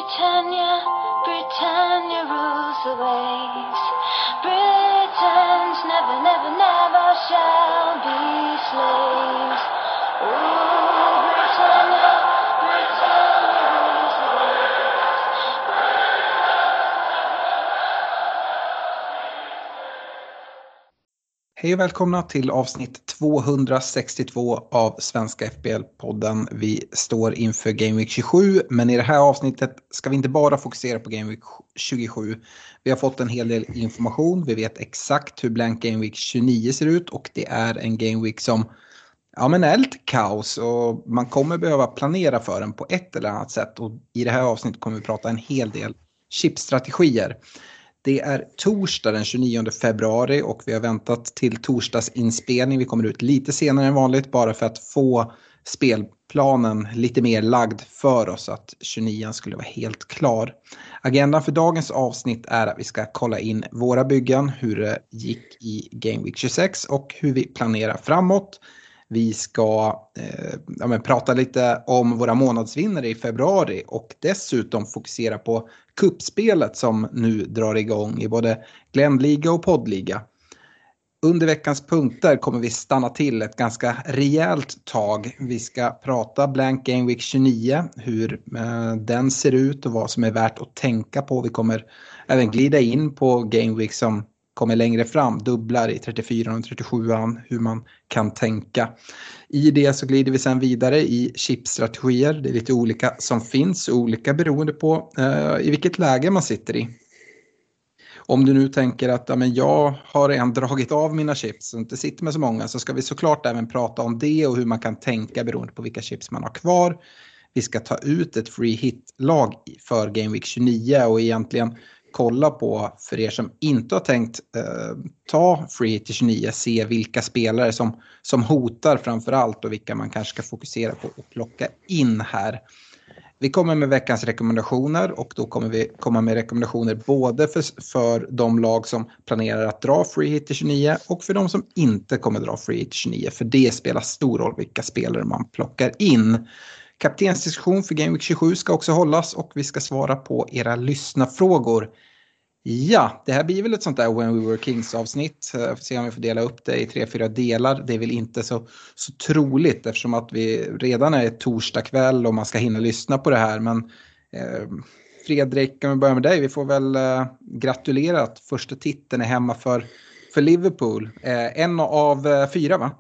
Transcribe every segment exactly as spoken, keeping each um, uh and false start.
Britannia, Britannia rules the waves. Britons never, never, never shall be slaves. Oh, Britannia, Britannia rules the waves. Hej och välkomna till avsnitt tvåhundrasextiotvå av Svenska F B L-podden. Vi står inför Game Week tjugosju, men i det här avsnittet ska vi inte bara fokusera på Game Week tjugosju. Vi har fått en hel del information, vi vet exakt hur blank Game Week tjugonio ser ut och det är en Game Week som ja, men är lite kaos och man kommer behöva planera för den på ett eller annat sätt. Och i det här avsnittet kommer vi prata en hel del chipstrategier. Det är torsdag den tjugonionde februari och vi har väntat till torsdags inspelning. Vi kommer ut lite senare än vanligt bara för att få spelplanen lite mer lagd för oss, att tjugonio skulle vara helt klar. Agendan för dagens avsnitt är att vi ska kolla in våra byggen, hur det gick i Game Week tjugosex och hur vi planerar framåt. Vi ska eh, ja, men prata lite om våra månadsvinnare i februari och dessutom fokusera på kuppspelet som nu drar igång i både Glennliga och Poddliga. Under veckans punkter kommer vi stanna till ett ganska rejält tag. Vi ska prata blank Game Week tjugonio, hur eh, den ser ut och vad som är värt att tänka på. Vi kommer även glida in på Game Week som kommer längre fram, dubblar i trettiofyra och trettiosju, hur man kan tänka. I det så glider vi sedan vidare i chipstrategier. Det är lite olika som finns, olika beroende på eh, i vilket läge man sitter i. Om du nu tänker att ja, men jag har redan dragit av mina chips och inte sitter med så många, så ska vi såklart även prata om det och hur man kan tänka beroende på vilka chips man har kvar. Vi ska ta ut ett free hit-lag för Game Week tjugonio och egentligen kolla på, för er som inte har tänkt eh, ta free hit till tjugonio, se vilka spelare som, som hotar framför allt och vilka man kanske ska fokusera på och plocka in här. Vi kommer med veckans rekommendationer och då kommer vi komma med rekommendationer både för, för de lag som planerar att dra free hit till tjugonio och för de som inte kommer dra free hit till tjugonio, för det spelar stor roll vilka spelare man plockar in. Kaptensdiskussion för Game Week tjugosju ska också hållas och vi ska svara på era lyssnarfrågor. Ja, det här blir väl ett sånt där When We Were Kings avsnitt. Jag får se om vi får dela upp det i tre, fyra delar. Det är väl inte så, så troligt eftersom att vi redan är torsdag kväll och man ska hinna lyssna på det här. Men eh, Fredrik, kan vi börja med dig? Vi får väl eh, gratulera att första titeln är hemma för, för Liverpool. Eh, en av eh, fyra, va?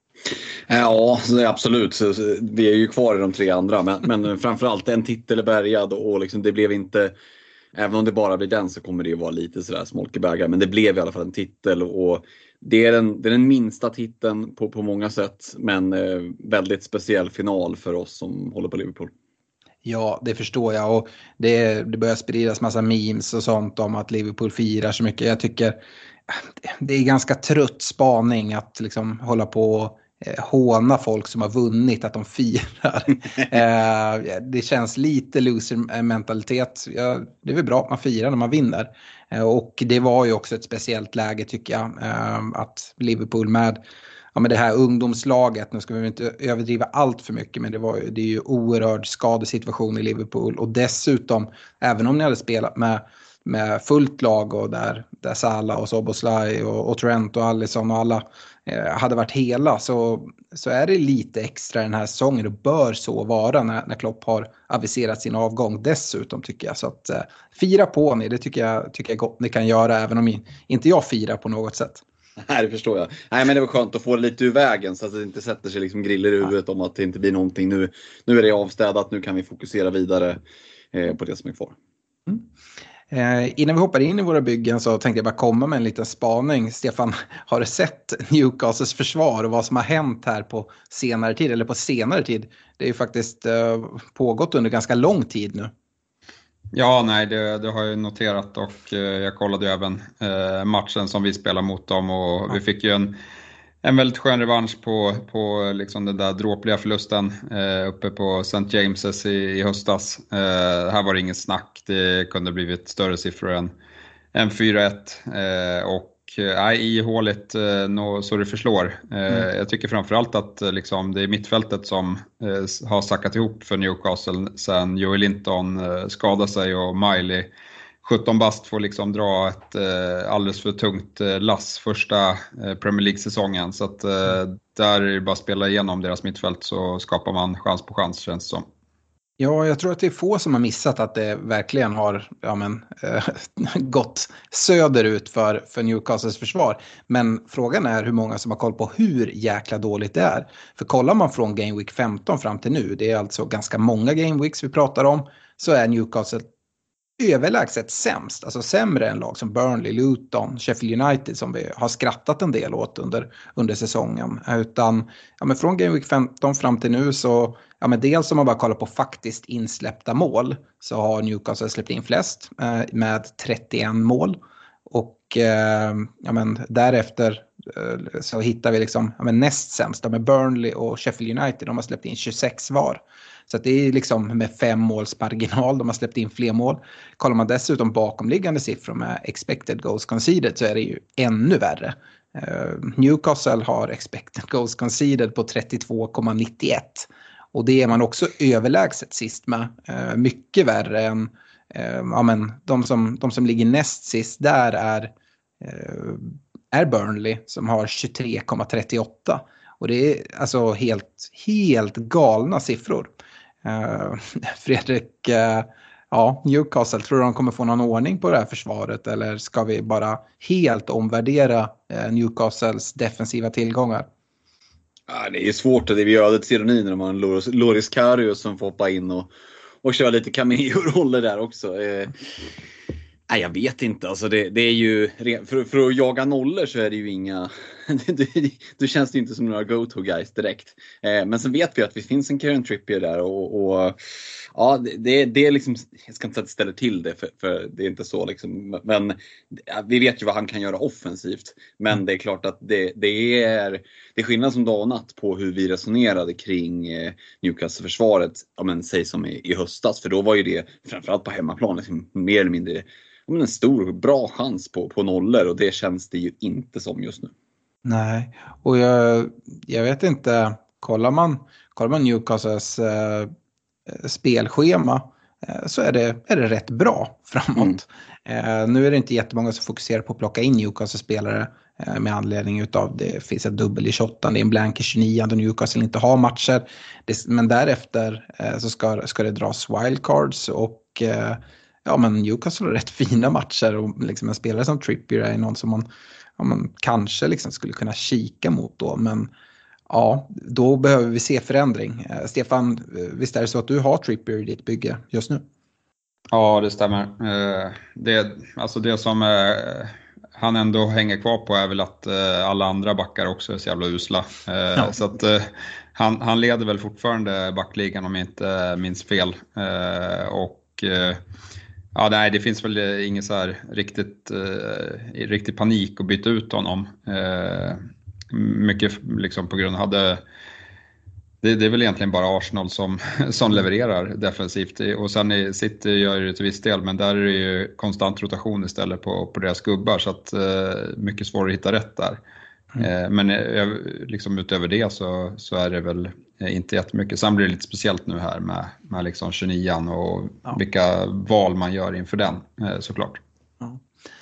Ja, absolut. Vi är ju kvar i de tre andra. Men, men framförallt en titel är bärgad och liksom det blev inte... Även om det bara blir den så kommer det ju vara lite sådär smolkebägare. Men det blev i alla fall en titel och det är den, det är den minsta titeln på, på många sätt. Men eh, väldigt speciell final för oss som håller på Liverpool. Ja, det förstår jag och det, det börjar spridas massa memes och sånt om att Liverpool firar så mycket. Jag tycker det är ganska trött spaning att liksom hålla på och eh, håna folk som har vunnit att de firar. eh, det känns lite loser-mentalitet. Ja, det är väl bra att man firar när man vinner. Eh, och det var ju också ett speciellt läge tycker jag. Eh, att Liverpool med Ja, men det här ungdomslaget, nu ska vi inte överdriva allt för mycket, men det, var, det är ju oerhörd skadesituation i Liverpool. Och dessutom, även om ni hade spelat med, med fullt lag och där, där Salah och Szoboszlai och, och Trent och Alisson och alla eh, hade varit hela, så, så är det lite extra den här säsongen och bör så vara när, när Klopp har aviserat sin avgång dessutom tycker jag. Så att eh, fira på ni, det tycker jag, tycker jag gott ni kan göra, även om inte jag firar på något sätt. Nej, det förstår jag. Nej, men det var skönt att få det lite ur vägen så att det inte sätter sig liksom griller i huvudet om att det inte blir någonting. Nu, nu är det avstädat, nu kan vi fokusera vidare eh, på det som är kvar. Mm. Eh, innan vi hoppar in i våra byggen så tänkte jag bara komma med en liten spaning. Stefan, har du sett Newcastles försvar och vad som har hänt här på senare tid? Eller på senare tid? Det är ju faktiskt eh, pågått under ganska lång tid nu. Ja, nej, det, det har jag noterat och eh, jag kollade ju även eh, matchen som vi spelar mot dem och ja. Vi fick ju en, en väldigt skön revansch på, på liksom den där dråpliga förlusten eh, uppe på Saint James's i, i höstas. Eh, här var det inget snack, det kunde blivit större siffror än, än fyra ett eh, och nej, ihåligt eh, nå, så det förslår. Eh, mm. Jag tycker framförallt att eh, liksom, det är mittfältet som eh, har sackat ihop för Newcastle sen Joey Linton eh, skadade sig och Miley sjutton bast får liksom dra ett eh, alldeles för tungt eh, lass första eh, Premier League-säsongen. Så att eh, där är det bara att spela igenom deras mittfält så skapar man chans på chans, känns det som. Ja, jag tror att det är få som har missat att det verkligen har ja, men, äh, gått söderut för, för Newcastles försvar. Men frågan är hur många som har koll på hur jäkla dåligt det är. För kollar man från Game Week femton fram till nu, det är alltså ganska många Game Weeks vi pratar om, så är Newcastle överlägset sämst. Alltså sämre än lag som Burnley, Luton, Sheffield United som vi har skrattat en del åt under, under säsongen. Utan ja, men från Game Week femton fram till nu så ja, men dels om man bara kollar på faktiskt insläppta mål så har Newcastle släppt in flest eh, med trettioen mål. Och eh, ja, men därefter eh, så hittar vi liksom ja, men näst sämst med Burnley och Sheffield United. De har släppt in tjugosex var. Så att det är liksom med fem måls marginal de har släppt in fler mål. Kollar man dessutom bakomliggande siffror med expected goals conceded så är det ju ännu värre. Uh, Newcastle har expected goals conceded på trettiotvå komma nittioett. Och det är man också överlägset sist med. Uh, mycket värre än uh, ja, men de, som, de som ligger näst sist där är, uh, är Burnley som har tjugotre komma trettioåtta. Och det är alltså helt, helt galna siffror. Uh, Fredrik, uh, ja, Newcastle, tror du de kommer få någon ordning på det här försvaret eller ska vi bara helt omvärdera uh, Newcastles defensiva tillgångar? Ja, det är svårt, det är vi ödets ironi när man har Loris, Loris Karius som får hoppa in och, och köra lite cameo-roller där också. Eh, nej, jag vet inte, alltså det, det är ju för, för att jaga nollor så är det ju inga då känns det inte som några go-to guys direkt. Eh, men sen vet vi att det finns en Kieran Trippier där och, och ja, det, det är liksom, jag ska inte säga att det ställer till det för, för det är inte så liksom, men vi vet ju vad han kan göra offensivt, men det är klart att det, det är det är skillnad som dag och natt på hur vi resonerade kring eh, Newcastle-försvaret, ja men säg som i, i höstas, för då var ju det framförallt på hemmaplan liksom, mer eller mindre ja, en stor bra chans på, på nollor och det känns det ju inte som just nu. Nej, och jag, jag vet inte, kollar man, kollar man Newcastles eh, spelschema eh, så är det, är det rätt bra framåt. Mm. Eh, nu är det inte jättemånga som fokuserar på att plocka in Newcastle-spelare eh, med anledning utav det finns ett dubbel i tjugoåtta, det är en blank i tjugonio och Newcastle inte har matcher. Det, men därefter eh, så ska, ska det dras wildcards och eh, ja, men Newcastle har rätt fina matcher och liksom en spelare som Trippier är någon som man ja, man kanske liksom skulle kunna kika mot då, men ja, då behöver vi se förändring. Eh, Stefan, visst är det så att du har Trippier i ditt bygge just nu? Ja, det stämmer. Eh, det, alltså det som eh, han ändå hänger kvar på är väl att eh, alla andra backar också är så jävla usla. Eh, ja. Så att eh, han, han leder väl fortfarande backligan om jag inte minns fel. Eh, och eh, ja, nej, det finns väl ingen så här riktigt, eh, riktigt panik att byta ut honom. Eh, mycket liksom på grund av hade det, det är väl egentligen bara Arsenal som, som levererar defensivt. Och sen i City gör det till viss del, men där är det ju konstant rotation istället på, på deras gubbar. Så att eh, mycket svårare att hitta rätt där. Mm. Men liksom utöver det så, så är det väl inte jättemycket. Sen blir det lite speciellt nu här med, med liksom tjugonio och ja. Vilka val man gör inför den såklart. Ja.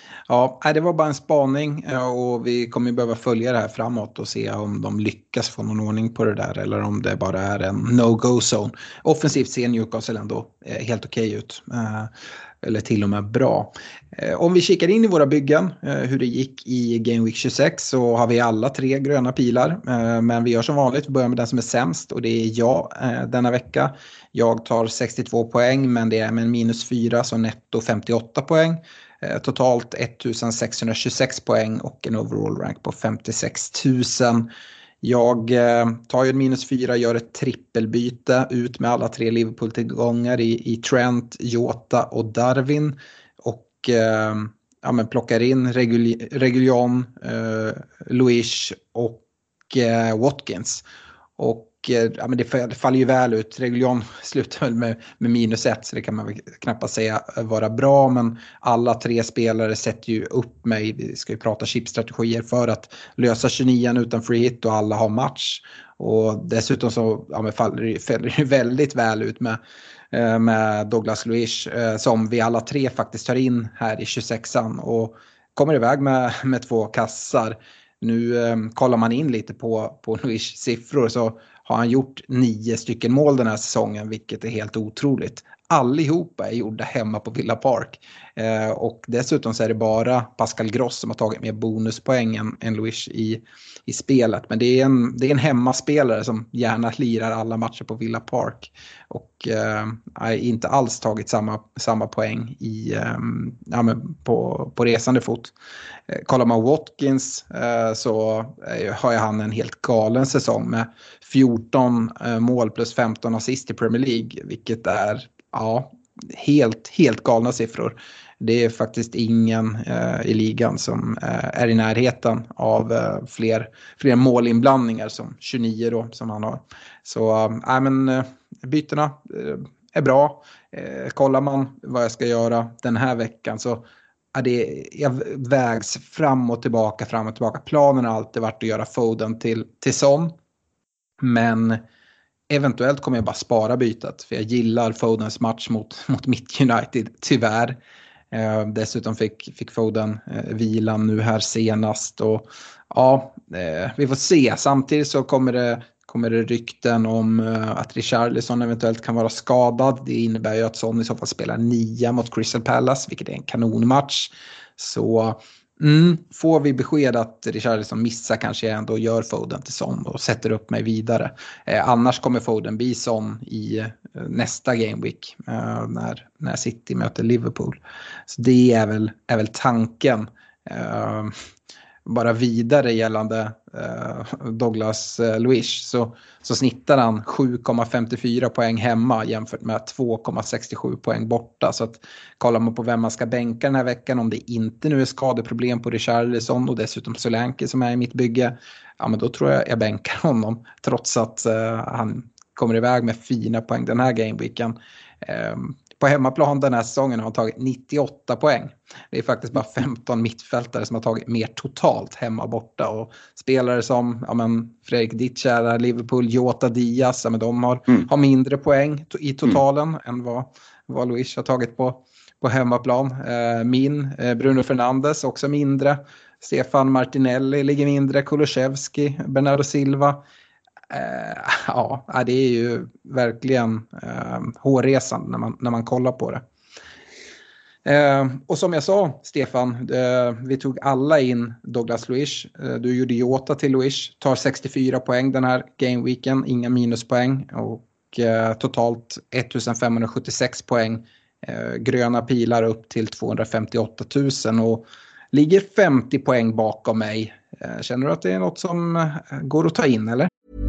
Ja, det var bara en spaning och vi kommer behöva följa det här framåt och se om de lyckas få någon ordning på det där eller om det bara är en no-go-zone. Offensivt ser Newcastle ändå helt okej ut. Eller till och med bra. Om vi kikar in i våra byggen, hur det gick i Game Week tjugosex, så har vi alla tre gröna pilar. Men vi gör som vanligt, vi börjar med den som är sämst och det är jag denna vecka. Jag tar sextiotvå poäng men det är med en minus fyra, så netto femtioåtta poäng. Totalt ettusensexhundratjugosex poäng och en overall rank på femtiosex tusen. Jag eh, tar ju en minus fyra, gör ett trippelbyte ut med alla tre Liverpool-tillgångar i, i Trent, Jota och Darwin. Och eh, ja, men plockar in Regul- Reguljon, eh, Luiz och eh, Watkins. Och ja, men det, det faller ju väl ut. Reguljon slutar väl med, med minus ett, så det kan man väl knappast säga vara bra. Men alla tre spelare sätter ju upp mig. Vi ska ju prata chipstrategier för att lösa tjugonio utan free hit och alla har match. Och dessutom så ja, men faller, faller det väldigt väl ut med, med Douglas Luiz som vi alla tre faktiskt tar in här i tjugosexan och kommer iväg med, med två kassar. Nu eh, kollar man in lite på, på Luiz siffror, så har han gjort nio stycken mål den här säsongen, vilket är helt otroligt. Allihopa är gjorda hemma på Villa Park. Eh, och dessutom så är det bara Pascal Gross som har tagit mer bonuspoäng än, än Luiz i, i spelet. Men det är, en, det är en hemmaspelare som gärna lirar alla matcher på Villa Park. Och eh, har inte alls tagit samma, samma poäng i, eh, ja, men på, på resande fot. Eh, kollar man Watkins eh, så eh, har han en helt galen säsong med fjorton eh, mål plus femton assist i Premier League. Vilket är ja, helt, helt galna siffror. Det är faktiskt ingen eh, i ligan som eh, är i närheten av eh, fler, fler målinblandningar som tjugonio då, som han har. Så äh, men, eh, bytena eh, är bra. Eh, kollar man vad jag ska göra den här veckan så är det, jag vägs fram och tillbaka, fram och tillbaka. Planen har alltid varit att göra Foden till, till Son. Men eventuellt kommer jag bara spara bytet, för jag gillar Fodens match mot, mot mitt United, tyvärr. Eh, dessutom fick, fick Foden eh, vilan nu här senast. Och ja, eh, vi får se. Samtidigt så kommer det, kommer det rykten om eh, att Richarlison eventuellt kan vara skadad. Det innebär ju att Son i så fall spelar nia mot Crystal Palace, vilket är en kanonmatch. Så Mm, får vi besked att Richarlison missar, kanske jag ändå gör Foden till Son och sätter upp mig vidare. Eh, annars kommer Foden bli Son i eh, nästa gameweek eh, när, när City möter Liverpool. Så det är väl, är väl tanken. Eh, bara vidare gällande eh, Douglas eh, Luiz så, så snittar han sju komma femtiofyra poäng hemma jämfört med två komma sextiosju poäng borta. Så att kollar man på vem man ska bänka den här veckan, om det inte nu är skadeproblem på Richarlison och dessutom Solanke som är i mitt bygge, ja men då tror jag jag bänkar honom trots att eh, han kommer iväg med fina poäng den här gameweeken. Eh, På hemmaplan den här säsongen har han tagit nittioåtta poäng. Det är faktiskt bara femton mittfältare som har tagit mer totalt hemma borta. Och spelare som ja men, Fredrik Ditchara, Liverpool, Jota, Diaz, ja men de har, mm. har mindre poäng to- i totalen mm. än vad, vad Luiz har tagit på, på hemmaplan. Eh, min, eh, Bruno Fernandes också mindre. Stefan Martinelli ligger mindre. Kulusevski, Bernardo Silva. Uh, ja, det är ju verkligen uh, hårresande när man, när man kollar på det. Uh, och som jag sa, Stefan, uh, vi tog alla in Douglas Luiz. Uh, du gjorde Jota till Luiz, tar sextiofyra poäng den här gameweeken, inga minuspoäng och uh, totalt ettusendfemhundrasjuttiosex poäng. Uh, gröna pilar upp till tvåhundrafemtioåtta tusen och ligger femtio poäng bakom mig. Uh, känner du att det är något som uh, går att ta in eller?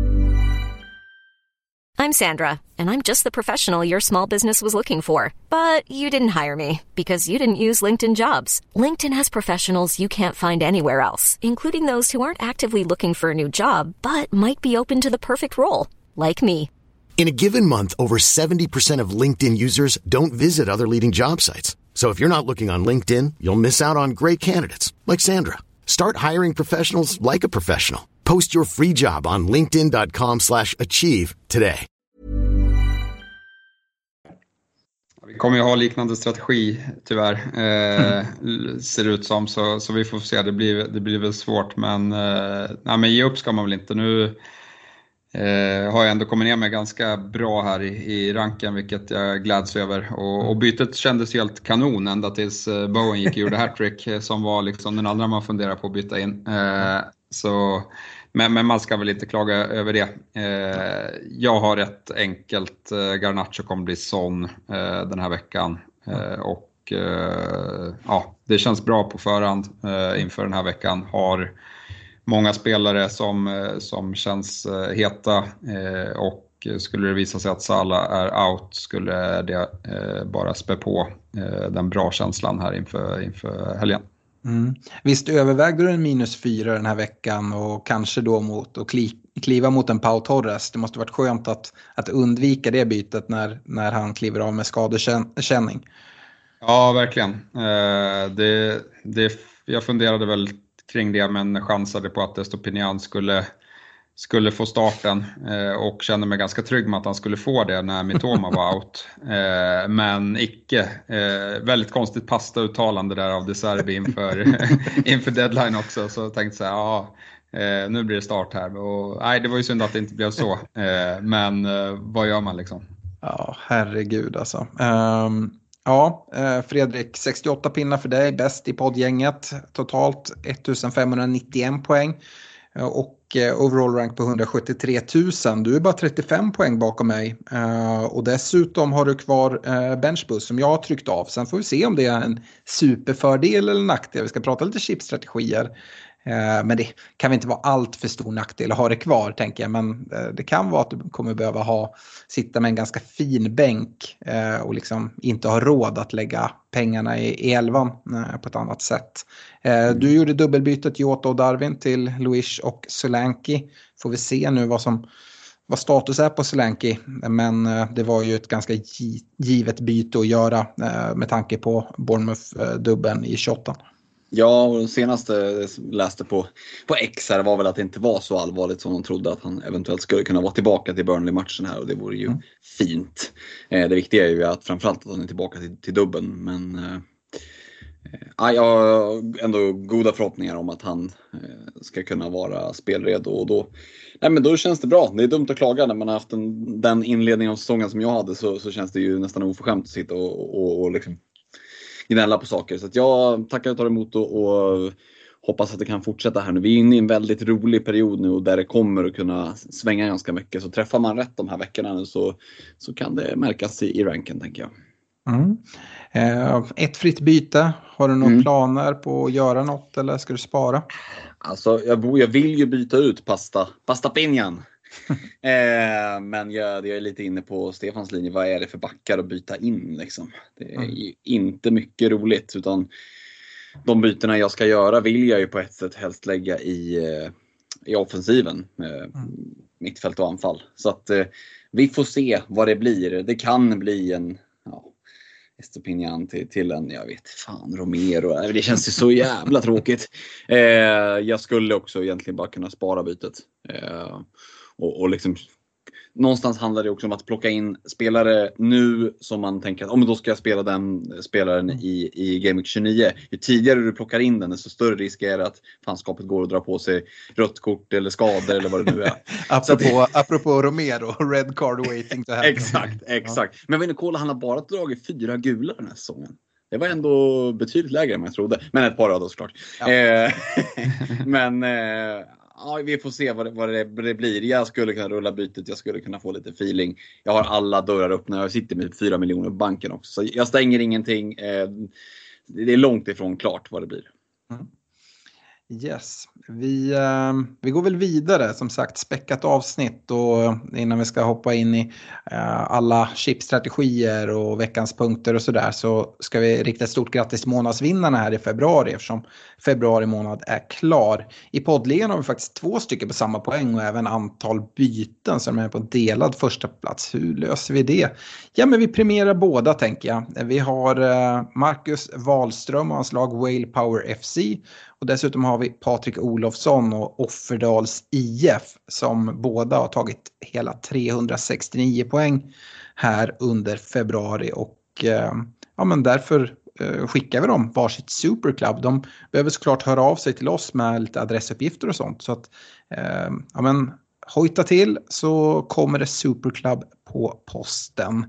I'm Sandra, and I'm just the professional your small business was looking for. But you didn't hire me because you didn't use LinkedIn Jobs. LinkedIn has professionals you can't find anywhere else, including those who aren't actively looking for a new job, but might be open to the perfect role, like me. In a given month, over seventy percent of LinkedIn users don't visit other leading job sites. So if you're not looking on LinkedIn, you'll miss out on great candidates, like Sandra. Start hiring professionals like a professional. Post your free job on linkedin dot com slash achieve today. Vi kommer ju ha liknande strategi tyvärr, eh, mm. ser ut som, så, så vi får se, det blir, det blir väl svårt, men, eh, nej, men ge upp ska man väl inte. Nu eh, har jag ändå kommit ner med ganska bra här i, i ranken, vilket jag gläds över, och, och bytet kändes helt kanon ända tills eh, Bowen gick och gjorde hattrick eh, som var liksom den andra man funderar på att byta in. Eh, så Men, men man ska väl inte klaga över det. Eh, jag har ett enkelt. Eh, Garnacho kommer bli Son eh, den här veckan. Eh, och eh, ja, det känns bra på förhand eh, inför den här veckan. Har många spelare som, eh, som känns eh, heta. Eh, och skulle det visa sig att Salah är out, skulle det eh, bara spä på eh, den bra känslan här inför, inför helgen. Mm. Visst övervägde du en minus fyra den här veckan och kanske då mot att kli, kliva mot en Pau Torres? Det måste varit skönt att, att undvika det bytet när, när han kliver av med skadekänning. Ja, verkligen. Eh, det, det, jag funderade väl kring det, men chansade på att Estopinian skulle, skulle få starten eh, och kände mig ganska trygg med att han skulle få det när Mitoma var out. Eh, men icke. Eh, väldigt konstigt pasta-uttalande där av De Zerbi inför, inför deadline också. Så jag tänkte så här, ja, eh, nu blir det start här. Och, nej, det var ju synd att det inte blev så. Eh, men eh, vad gör man liksom? Ja, herregud alltså. Um... Ja, Fredrik, sextioåtta pinnar för dig, bäst i poddgänget, totalt femtonhundranittioen poäng och overall rank på hundrasjuttiotre tusen. Du är bara trettiofem poäng bakom mig och dessutom har du kvar benchboost som jag har tryckt av. Sen får vi se om det är en superfördel eller nackdel. Vi ska prata lite chipstrategier. Men det kan väl inte vara allt för stor nackdel att ha det kvar, tänker jag. Men det kan vara att du kommer behöva ha, sitta med en ganska fin bänk och liksom inte ha råd att lägga pengarna i, i elvan på ett annat sätt. Du gjorde dubbelbytet Jota och Darwin till Luiz och Solanke. Får vi se nu vad som vad status är på Solanke. Men det var ju ett ganska givet byte att göra med tanke på Bournemouth-dubben i tjugoåtta. Ja, och det senaste jag läste på, på X här var väl att det inte var så allvarligt som de trodde, att han eventuellt skulle kunna vara tillbaka till Burnley-matchen här, och det vore ju mm. fint. Eh, det viktiga är ju att framförallt att han är tillbaka till, till dubben, men eh, jag har ändå goda förhoppningar om att han eh, ska kunna vara spelredo, och då, nej, men då känns det bra. Det är dumt att klaga när man har haft en, den inledningen av säsongen som jag hade, så, så känns det ju nästan oförskämt att sitta och, och, och liksom gnälla på saker. Så att jag tackar och tar emot och, och hoppas att det kan fortsätta här nu. Vi är inne i en väldigt rolig period nu och där det kommer att kunna svänga ganska mycket. Så träffar man rätt de här veckorna nu så, så kan det märkas i, i ranken, tänker jag. Mm. Eh, ett fritt byte. Har du några mm. planer på att göra något eller ska du spara? Alltså jag, jag vill ju byta ut pasta, pasta pinjan. eh, men jag, jag är lite inne på Stefans linje. Vad är det för backar att byta in liksom? Det är mm. inte mycket roligt, utan de bytena jag ska göra vill jag ju på ett sätt helst lägga i, i offensiven, eh, mm. mittfält och anfall. Så att eh, vi får se vad det blir. Det kan bli en ja, Estopinian till, till en, jag vet fan, Romero. Det känns ju så jävla tråkigt. Eh, jag skulle också egentligen bara kunna spara bytet. Eh, och, och liksom någonstans handlar det också om att plocka in spelare nu som man tänker att oh, men då ska jag spela den spelaren i, i Game Week tjugonio. Ju tidigare du plockar in den, desto större risk är det att fanskapet går och drar på sig rött kort eller skador eller vad det nu är. apropå, att, apropå Romero, red card waiting to happen. Exakt, exakt. Men vet ni, Kola, han har bara dragit fyra gula den här säsongen. Det var ändå betydligt lägre än jag trodde. Men ett par röda såklart. Ja. Eh, men... Eh, Ja, vi får se vad det, vad det blir. Jag skulle kunna rulla bytet. Jag skulle kunna få lite feeling. Jag har alla dörrar öppna. Jag sitter med fyra miljoner på banken också. Så jag stänger ingenting. Det är långt ifrån klart vad det blir. Mm. Yes, vi, eh, vi går väl vidare, som sagt, späckat avsnitt, och innan vi ska hoppa in i eh, alla chipstrategier och veckans punkter och sådär, så ska vi rikta ett stort grattis till månadsvinnarna här i februari, eftersom februari månad är klar. I poddligan har vi faktiskt två stycken på samma poäng och även antal byten som är på delad första plats. Hur löser vi det? Ja, men vi premierar båda, tänker jag. Vi har eh, Marcus Wahlström och hans lag Whale Power F C. Och dessutom har vi Patrik Olofsson och Offerdals I F som båda har tagit hela trehundrasextionio poäng här under februari. Och eh, ja, men därför eh, skickar vi dem varsitt Superclub. De behöver såklart höra av sig till oss med lite adressuppgifter och sånt. Så att eh, ja, men hojta till så kommer det Superclub på posten.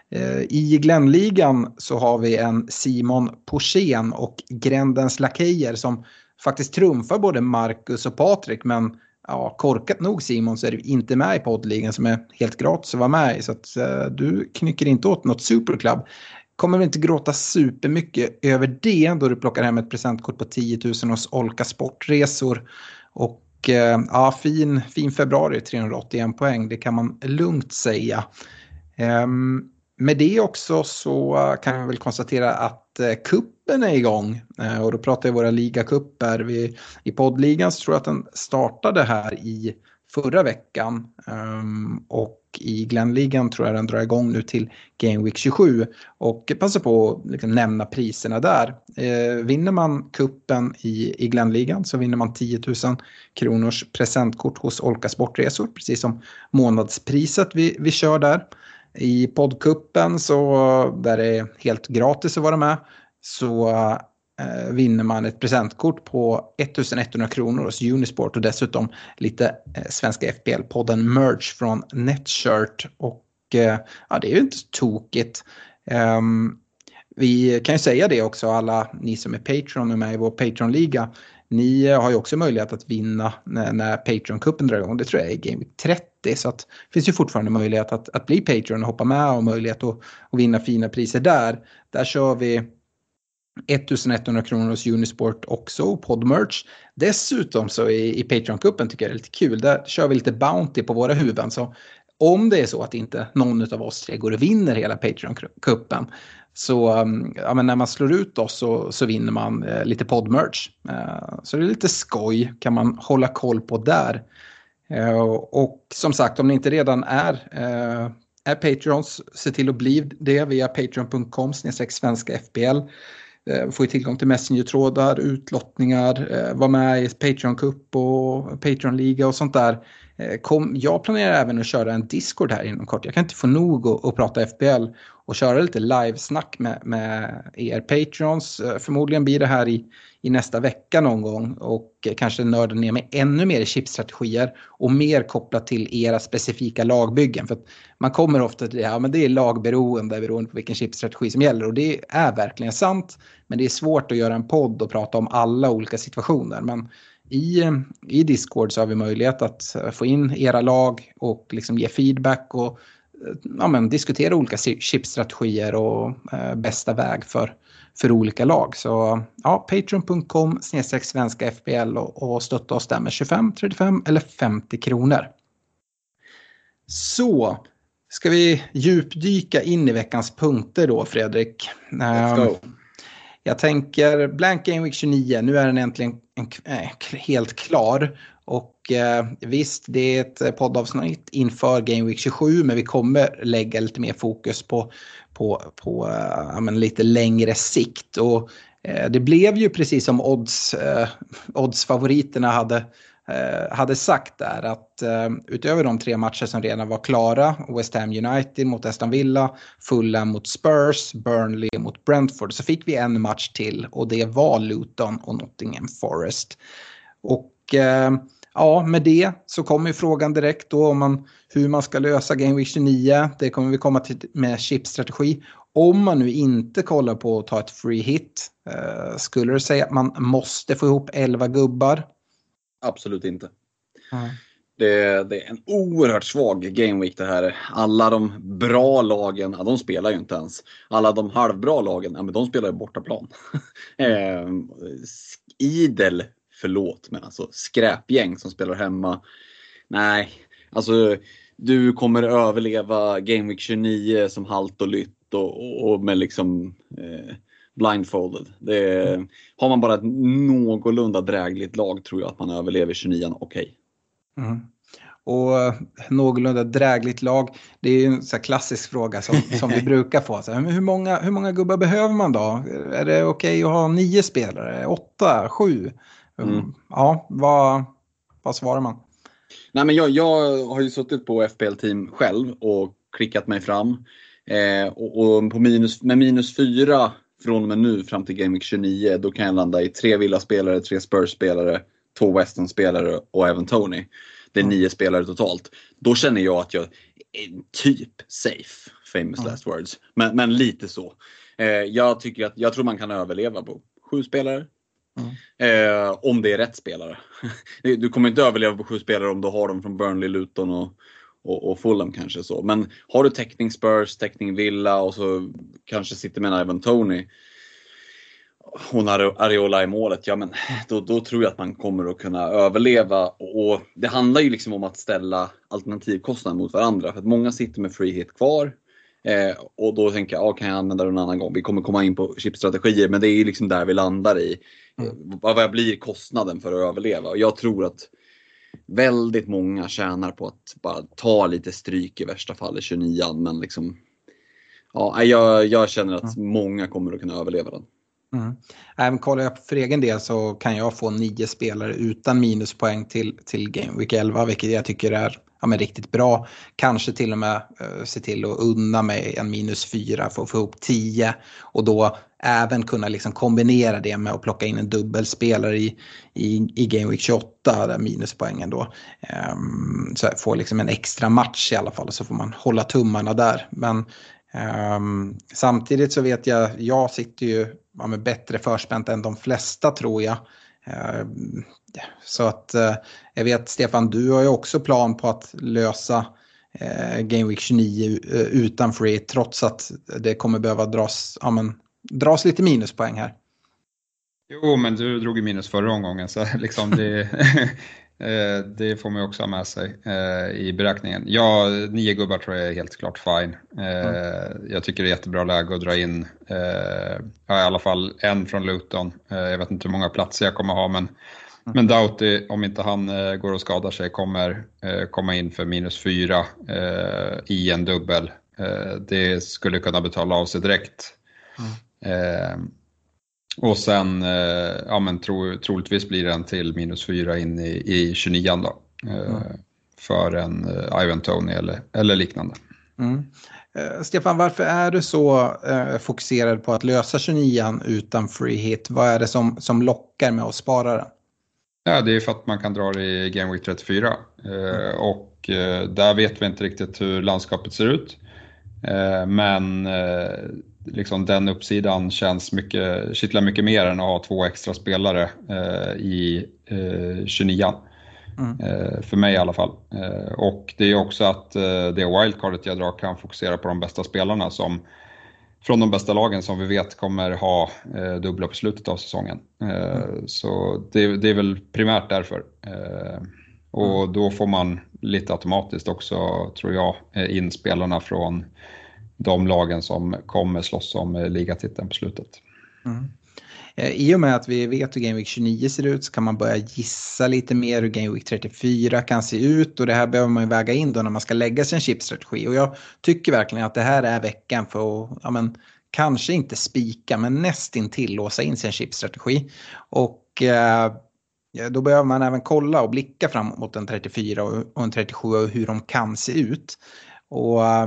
I Glenligan så har vi en Simon Porsén och Grändens Lakejer som faktiskt trumfar både Marcus och Patrik, men ja, korkat nog Simon så är du inte med i poddligan som är helt gratis att vara med i, så att uh, du knycker inte åt något Superclub. Kommer väl inte gråta supermycket över det då du plockar hem ett presentkort på tio tusen hos Olka Sportresor. Och uh, ja, fin, fin februari, trehundraåttioen poäng, det kan man lugnt säga. Um, Med det också så kan vi väl konstatera att kuppen Cupen är igång eh, och då pratar jag våra ligacupper. Vi, I poddligan så tror jag att den startade här i förra veckan um, och i Glenligan tror jag den drar igång nu till Game Week tjugosju och passa på att liksom nämna priserna där. Eh, vinner man kuppen i, i Glenligan så vinner man tio tusen kronors presentkort hos Olka Sportresor, precis som månadspriset vi, vi kör där. I poddkuppen så där det är helt gratis att vara med så eh, vinner man ett presentkort på ettusen etthundra kronor hos Unisport och dessutom lite eh, svenska F P L-podden merch från Netshirt och eh, ja, det är ju inte så tokigt. Um, vi kan ju säga det också, alla ni som är Patreon och med i vår Patreon-liga, ni har ju också möjlighet att vinna när, när Patreon-kuppen drar igång. Det tror jag är Game Week trettio. Så att det finns ju fortfarande möjlighet att, att bli Patreon och hoppa med och möjlighet att, att vinna fina priser där. Där kör vi ettusen etthundra kronor hos Unisport också och podmerch. Dessutom så i, i Patreon-kuppen tycker jag det är lite kul. Där kör vi lite bounty på våra huvuden. Så om det är så att inte någon av oss tre går och vinner hela Patreon-kuppen så ja, men när man slår ut oss så, så vinner man eh, lite podmerch. Eh, så det är lite skoj, kan man hålla koll på där. Eh, och som sagt, om ni inte redan är, eh, är Patreons, se till att bli det via patreon punkt com snedstreck svenska F P L. Eh, får ju tillgång till Messenger-trådar, utlottningar, eh, vara med i Patreon-cup och Patreon-liga och sånt där. Kom, jag planerar även att köra en Discord här inom kort. Jag kan inte få nog att, att prata F B L och köra lite livesnack med, med er Patrons. Förmodligen blir det här i, i nästa vecka någon gång och kanske nörda ner mig ännu mer i chipstrategier och mer kopplat till era specifika lagbyggen. För att man kommer ofta till det här, men det är lagberoende beroende på vilken chipstrategi som gäller och det är verkligen sant. Men det är svårt att göra en podd och prata om alla olika situationer. Men I, I Discord så har vi möjlighet att få in era lag och liksom ge feedback och ja, men, diskutera olika chipstrategier och eh, bästa väg för, för olika lag. Så ja, patreon punkt com snedstreck svenska F P L och, och stötta oss där med tjugofem, trettiofem eller femtio kronor. Så ska vi djupdyka in i veckans punkter då, Fredrik. Let's go. Um, Jag tänker Blank Game Week tjugonio, nu är den äntligen en, äh, helt klar. Och eh, visst, det är ett poddavsnitt inför Game Week tjugosju, men vi kommer lägga lite mer fokus på, på, på äh, men lite längre sikt. Och eh, det blev ju precis som odds, eh, oddsfavoriterna hade, eh, hade sagt där, att eh, utöver de tre matcher som redan var klara, West Ham United mot Aston Villa, Fulham mot Spurs, Burnley mot Brentford, så fick vi en match till och det var Luton och Nottingham Forest. Och eh, ja, med det så kommer ju frågan direkt då om man, hur man ska lösa Game Week tjugonio. Det kommer vi komma till med chipstrategi. Om man nu inte kollar på att ta ett free hit, eh, skulle du säga att man måste få ihop elva gubbar? Absolut inte. Mm. Det, det är en oerhört svag Game Week det här. Alla de bra lagen, ja, de spelar ju inte ens. Alla de halvbra lagen, ja, men de spelar ju bortaplan. eh, idel, förlåt, men alltså skräpgäng som spelar hemma. Nej, alltså du kommer överleva Game Week tjugonio som halt och lytt och, och, och med liksom eh, blindfolded. Det är, har man bara ett någorlunda drägligt lag tror jag att man överlever tjugonio, okej. Okay. Mm. Och någorlunda drägligt lag, det är ju en så här klassisk fråga som, som vi brukar få. Så här, hur, många, hur många gubbar behöver man då? Är det okej okay att ha nio spelare? Åtta? Sju? Mm. Ja, vad, vad svarar man? Nej, men jag, jag har ju suttit på F P L-team själv och klickat mig fram. Eh, och och på minus, med minus fyra från och med nu fram till Game Week tjugonio, då kan jag landa i tre Villa-spelare, tre Spurs-spelare, två Western-spelare och även Tony. Det är mm. nio spelare totalt. Då känner jag att jag är typ safe, famous mm. last words. Men, men lite så. Eh, jag tycker att jag tror man kan överleva på sju spelare. Mm. Eh, om det är rätt spelare. Du kommer inte överleva på sju spelare om du har dem från Burnley, Luton och, och, och Fulham kanske så. Men har du täckning Spurs, täckning Villa och så kanske sitter med även Tony och när Areola i målet, ja men då, då tror jag att man kommer att kunna överleva. Och, och det handlar ju liksom om att ställa alternativkostnader mot varandra. För att många sitter med free hit kvar. Eh, och då tänker jag, ja, kan jag använda det en annan gång? Vi kommer komma in på chipstrategier, men det är ju liksom där vi landar i. Mm. Eh, vad, vad blir kostnaden för att överleva? Och jag tror att väldigt många tjänar på att bara ta lite stryk i värsta fall i tjugonioan, men liksom, ja, jag, jag känner att mm. många kommer att kunna överleva den. Mm. Även kollar jag för egen del så kan jag få nio spelare utan minuspoäng till, till Game Week elva, vilket jag tycker är ja, men riktigt bra. Kanske till och med uh, se till att unna mig en minus fyra för att få ihop tio och då även kunna liksom kombinera det med att plocka in en dubbelspelare i, i, i Game Week tjugoåtta där minuspoängen då. Um, så jag får liksom en extra match i alla fall, så får man hålla tummarna där. Men um, samtidigt så vet jag, jag sitter ju ja, med bättre förspänt än de flesta tror jag. Uh, så att uh, jag vet Stefan, du har ju också plan på att lösa uh, Game Week tjugonio uh, utan free, trots att det kommer behöva dras, ja, men, dras lite minuspoäng här. Jo, men du drog ju minus förra omgången, så liksom det, det får man ju också ha med sig uh, i beräkningen. Ja, nio gubbar tror jag är helt klart fine. Uh, mm. Jag tycker det är jättebra läge att dra in uh, ja, i alla fall en från Luton. Uh, jag vet inte hur många platser jag kommer ha, men Mm. Men Doughty, om inte han eh, går och skadar sig, kommer eh, komma in för minus fyra eh, i en dubbel. Eh, det skulle kunna betala av sig direkt. Mm. Eh, och sen, eh, ja men tro, troligtvis blir den till minus fyra in i, i tjugonio då. Eh, mm. För en eh, Ivan Toney eller, eller liknande. Mm. Uh, Stefan, varför är du så uh, fokuserad på att lösa tjugonio utan free hit? Vad är det som, som lockar med att spara den? Ja, det är för att man kan dra det i Game Week trettiofyra eh, och eh, där vet vi inte riktigt hur landskapet ser ut. Eh, men eh, liksom den uppsidan känns mycket, kittlar mycket mer än att ha två extra spelare eh, i eh, tjugonio. Mm. Eh, för mig i alla fall. Eh, och det är också att eh, det wildcardet jag drar kan fokusera på de bästa spelarna som från de bästa lagen som vi vet kommer ha eh, dubbla på slutet av säsongen. Eh, mm. Så det, det är väl primärt därför. Eh, och mm. då får man lite automatiskt också, tror jag, in spelarna från de lagen som kommer slåss om eh, ligatiteln på slutet. Mm. I och med att vi vet hur Game Week tjugonio ser ut så kan man börja gissa lite mer hur Game Week trettiofyra kan se ut. Och det här behöver man ju väga in då när man ska lägga sin chipstrategi. Och jag tycker verkligen att det här är veckan för att, ja men, kanske inte spika men nästintill låsa in sin chipstrategi. Och eh, då behöver man även kolla och blicka fram mot en trettiofyra och en trettiosju och hur de kan se ut. Och eh,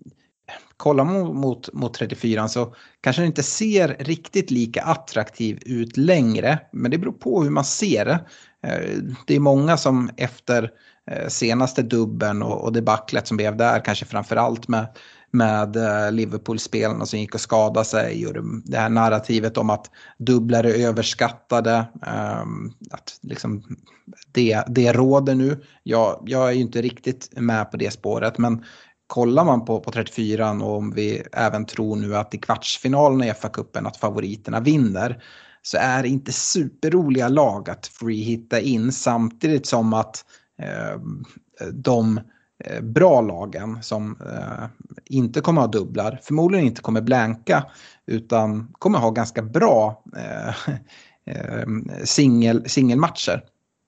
kollar man mot, mot trettiofyra så kanske det inte ser riktigt lika attraktiv ut längre. Men det beror på hur man ser det. Det är många som efter senaste dubben och, och debaclet som blev där, kanske framförallt med, med Liverpool-spelarna som gick och skadade sig. Och det, det här narrativet om att dubblar är överskattade. Att liksom det, det råder nu. Jag, jag är ju inte riktigt med på det spåret, men kollar man på, på trettiofyra och om vi även tror nu att i kvartsfinalen i F A-cupen att favoriterna vinner, så är det inte superroliga lag att free-hitta in, samtidigt som att eh, de eh, bra lagen som eh, inte kommer ha dubblar förmodligen inte kommer blanka utan kommer ha ganska bra eh, eh, singel, singelmatcher.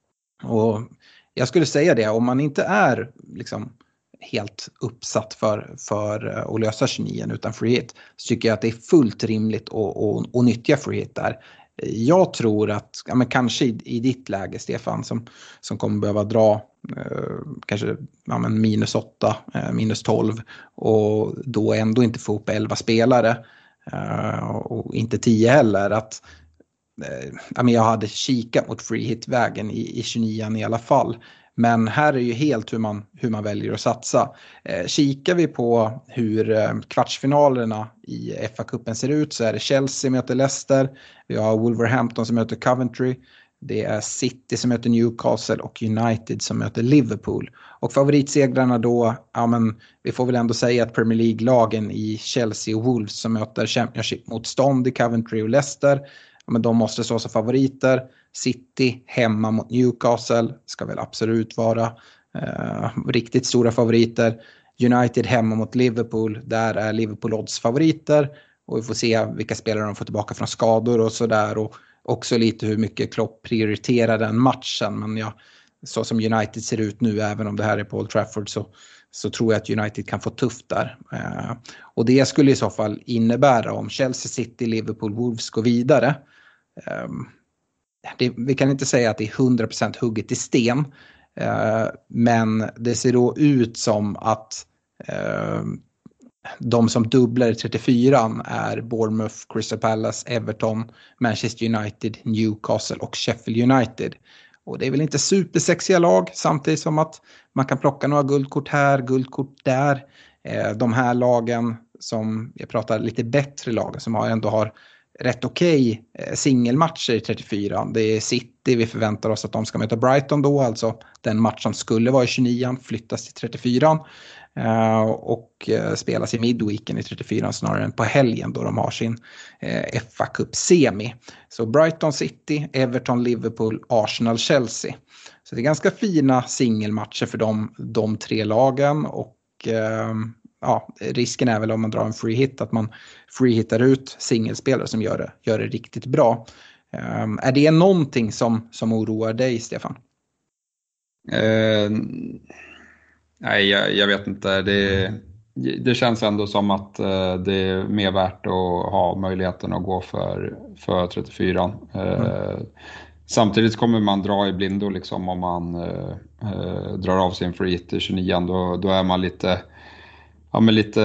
Och jag skulle säga det, om man inte är liksom helt uppsatt för, för att lösa tjugonio utan free hit, så tycker jag att det är fullt rimligt att, att, att nyttja free hit där. Jag tror att, ja, men kanske i, i ditt läge Stefan som, som kommer behöva dra eh, kanske ja, men minus åtta, eh, minus tolv och då ändå inte få upp elva spelare eh, och inte tio heller, att eh, ja, men jag hade kikat mot free hit vägen i, i tjugonio i alla fall. Men här är ju helt hur man, hur man väljer att satsa. Eh, kikar vi på hur eh, kvartsfinalerna i F A-cupen ser ut, så är det Chelsea möter Leicester. Vi har Wolverhampton som möter Coventry. Det är City som möter Newcastle och United som möter Liverpool. Och favoritsegrarna då, ja men vi får väl ändå säga att Premier League-lagen i Chelsea och Wolves som möter Championship-motstånd i Coventry och Leicester, ja, men de måste stå som favoriter. City hemma mot Newcastle ska väl absolut vara eh, riktigt stora favoriter. United hemma mot Liverpool, där är Liverpool odds favoriter. Och vi får se vilka spelare de får tillbaka från skador och sådär. Och också lite hur mycket Klopp prioriterar den matchen. Men ja, så som United ser ut nu, även om det här är på Old Trafford, så, så tror jag att United kan få tufft där. Eh, och det skulle i så fall innebära om Chelsea, City, Liverpool, Wolves går vidare. Eh, det, vi kan inte säga att det är hundra procent hugget i sten. Eh, men det ser då ut som att eh, de som dubblar i trettiofyra är Bournemouth, Crystal Palace, Everton, Manchester United, Newcastle och Sheffield United. Och det är väl inte supersexiga lag, samtidigt som att man kan plocka några guldkort här, guldkort där. Eh, de här lagen som, jag pratar lite bättre lag, som har, ändå har rätt okej okay, eh, singelmatcher i trettiofyra. Det är City, vi förväntar oss att de ska möta Brighton då, alltså den match som skulle vara i tjugonio flyttas till trettiofyra. Uh, och uh, spelas i midweeken i trettiofyra snarare än på helgen då de har sin uh, F A Cup semi. Så Brighton, City, Everton, Liverpool, Arsenal, Chelsea. Så det är ganska fina singelmatcher för de, de tre lagen. Och uh, ja, risken är väl om man drar en free hit att man free hittar ut singelspelare som gör det, gör det riktigt bra. Uh, är det någonting som, som oroar dig, Stefan? Uh... Nej, jag, jag vet inte. Det, det känns ändå som att eh, det är mer värt att ha möjligheten att gå för, för trettiofyra. Eh, mm. Samtidigt kommer man dra i blindo liksom, om man eh, drar av sin free hit i tjugonio. Då, då är man lite, ja, men lite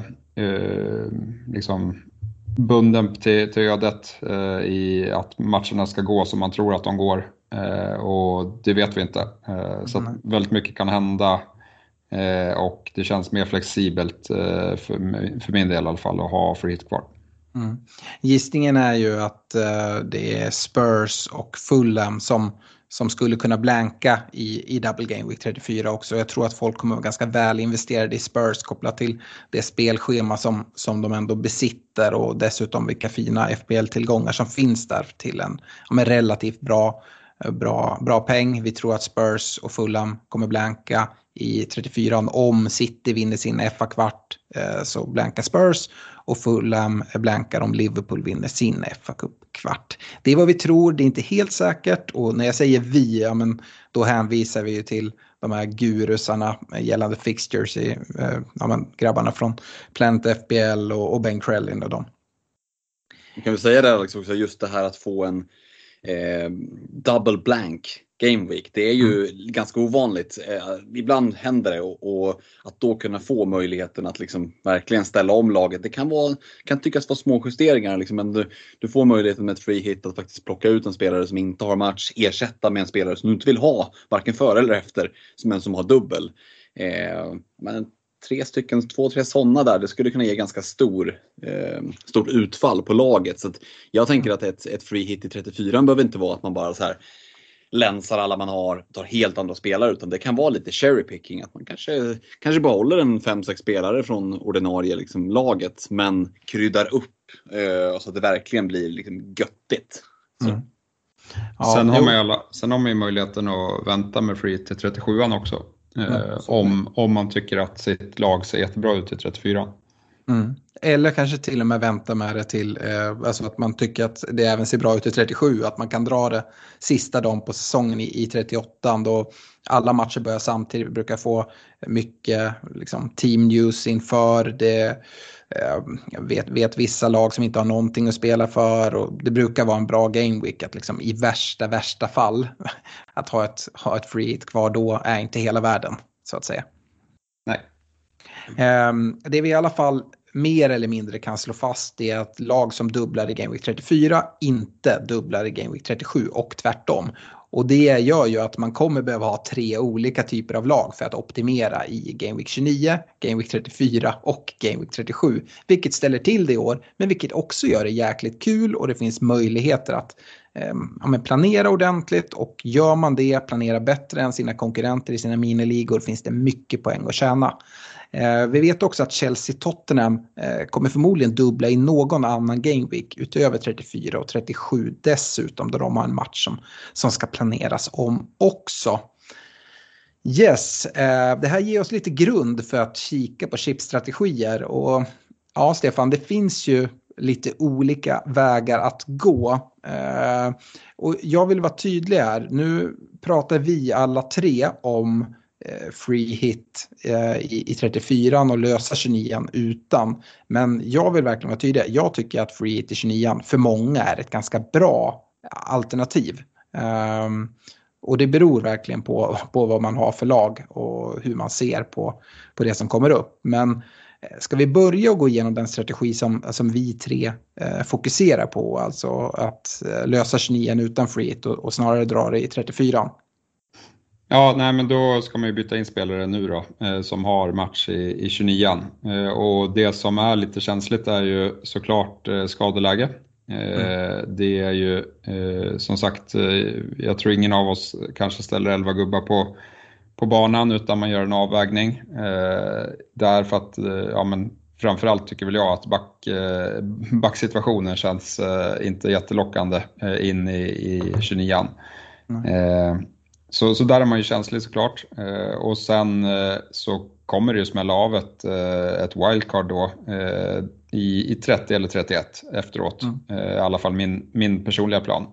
eh, liksom bunden till, till ödet eh, i att matcherna ska gå som man tror att de går. Eh, och det vet vi inte. Eh, så att väldigt mycket kan hända. Eh, och det känns mer flexibelt eh, för, för min del i alla fall att ha free hit kvar. Mm. Gissningen är ju att eh, det är Spurs och Fulham som, som skulle kunna blanka i, i Double Game Week trettiofyra också. Jag tror att folk kommer vara ganska väl investerade i Spurs kopplat till det spelschema som, som de ändå besitter och dessutom vilka fina F B L-tillgångar som finns där till en, ja, en relativt bra, bra, bra peng. Vi tror att Spurs och Fulham kommer blanka i trettiofyra. Om City vinner sin F A-kvart eh, så blankar Spurs och Fulham blankar om Liverpool vinner sin F A-kvart. Det är vad vi tror, det är inte helt säkert, och när jag säger vi, ja, men då hänvisar vi ju till de här gurusarna gällande fixtures i, eh, ja, men grabbarna från Planet F B L och, och Ben Krellin och dem. Kan vi säga det, Alex, också, just det här att få en eh, double blank Game Week, det är ju mm. ganska ovanligt. Eh, ibland händer det, och, och att då kunna få möjligheten att liksom verkligen ställa om laget. Det kan, vara, kan tyckas vara små justeringar, liksom, men du, du får möjligheten med ett free hit att faktiskt plocka ut en spelare som inte har match, ersätta med en spelare som du inte vill ha, varken före eller efter, som en som har dubbel. Eh, men tre stycken, två, tre sådana där, det skulle kunna ge ganska stor, eh, stort utfall på laget. Så att jag tänker att ett, ett free hit i trettiofyra behöver inte vara att man bara så här länsar alla man har, tar helt andra spelare, utan det kan vara lite cherry picking, att man kanske, kanske behåller en fem sex spelare från ordinarie liksom, laget, men kryddar upp eh, så att det verkligen blir liksom, göttigt. Mm. Ja, sen, har man ju alla, sen har man ju möjligheten att vänta med free till trettiosjuan också. Mm, eh, om, om man tycker att sitt lag ser jättebra ut i trettiofyra. Mm. Eller kanske till och med vänta med det till eh, alltså att man tycker att det även ser bra ut i trettiosju, att man kan dra det sista dagen på säsongen i, i trettioåtta, då alla matcher börjar samtidigt. Vi brukar få mycket liksom, team news inför det. Eh, jag vet, vet vissa lag som inte har någonting att spela för, och det brukar vara en bra game week att liksom, i värsta värsta fall att ha ett, ha ett free hit kvar då är inte hela världen, så att säga. Nej. Eh, det vi i alla fall mer eller mindre kan slå fast är att lag som dubblar i Game Week trettiofyra inte dubblar i Game Week trettiosju och tvärtom. Och det gör ju att man kommer behöva ha tre olika typer av lag för att optimera i Game Week tjugonio, Game Week trettiofyra och Game Week trettiosju. Vilket ställer till det i år, men vilket också gör det jäkligt kul, och det finns möjligheter att eh, ja, men planera ordentligt, och gör man det, planera bättre än sina konkurrenter i sina miniligor, finns det mycket poäng att tjäna. Eh, vi vet också att Chelsea-Tottenham eh, kommer förmodligen dubbla i någon annan Game Week utöver trettiofyra och trettiosju dessutom, då de har en match som, som ska planeras om också. Yes, eh, det här ger oss lite grund för att kika på chipstrategier. Och ja, Stefan, det finns ju lite olika vägar att gå. Eh, och jag vill vara tydlig här. Nu pratar vi alla tre om eh, free hit eh, i, i trettiofyra och lösa tjugonio utan. Men jag vill verkligen vara tydlig. Jag tycker att free hit i tjugonio för många är ett ganska bra alternativ. Eh, och det beror verkligen på, på vad man har för lag och hur man ser på, på det som kommer upp. Men ska vi börja och gå igenom den strategi som, som vi tre eh, fokuserar på, alltså att eh, lösa tjugonio utan free hit och, och snarare dra det i trettiofyra? Ja, nej, men då ska man ju byta in spelare nu då, eh, som har match i, i tjugonio. Eh, och det som är lite känsligt är ju såklart eh, skadeläge. Eh, mm. Det är ju eh, som sagt, eh, jag tror ingen av oss kanske ställer elva gubbar på på banan, utan man gör en avvägning. Eh, därför att, eh, ja men framförallt tycker väl jag att back, eh, backsituationen känns eh, inte jättelockande eh, in i, i tjugonio. Mm. Eh, så, så där är man ju känslig såklart. Eh, och sen eh, så kommer det ju smälla av ett, eh, ett wildcard då eh, i, i trettio eller trettioett efteråt. Mm. Eh, I alla fall min, min personliga plan.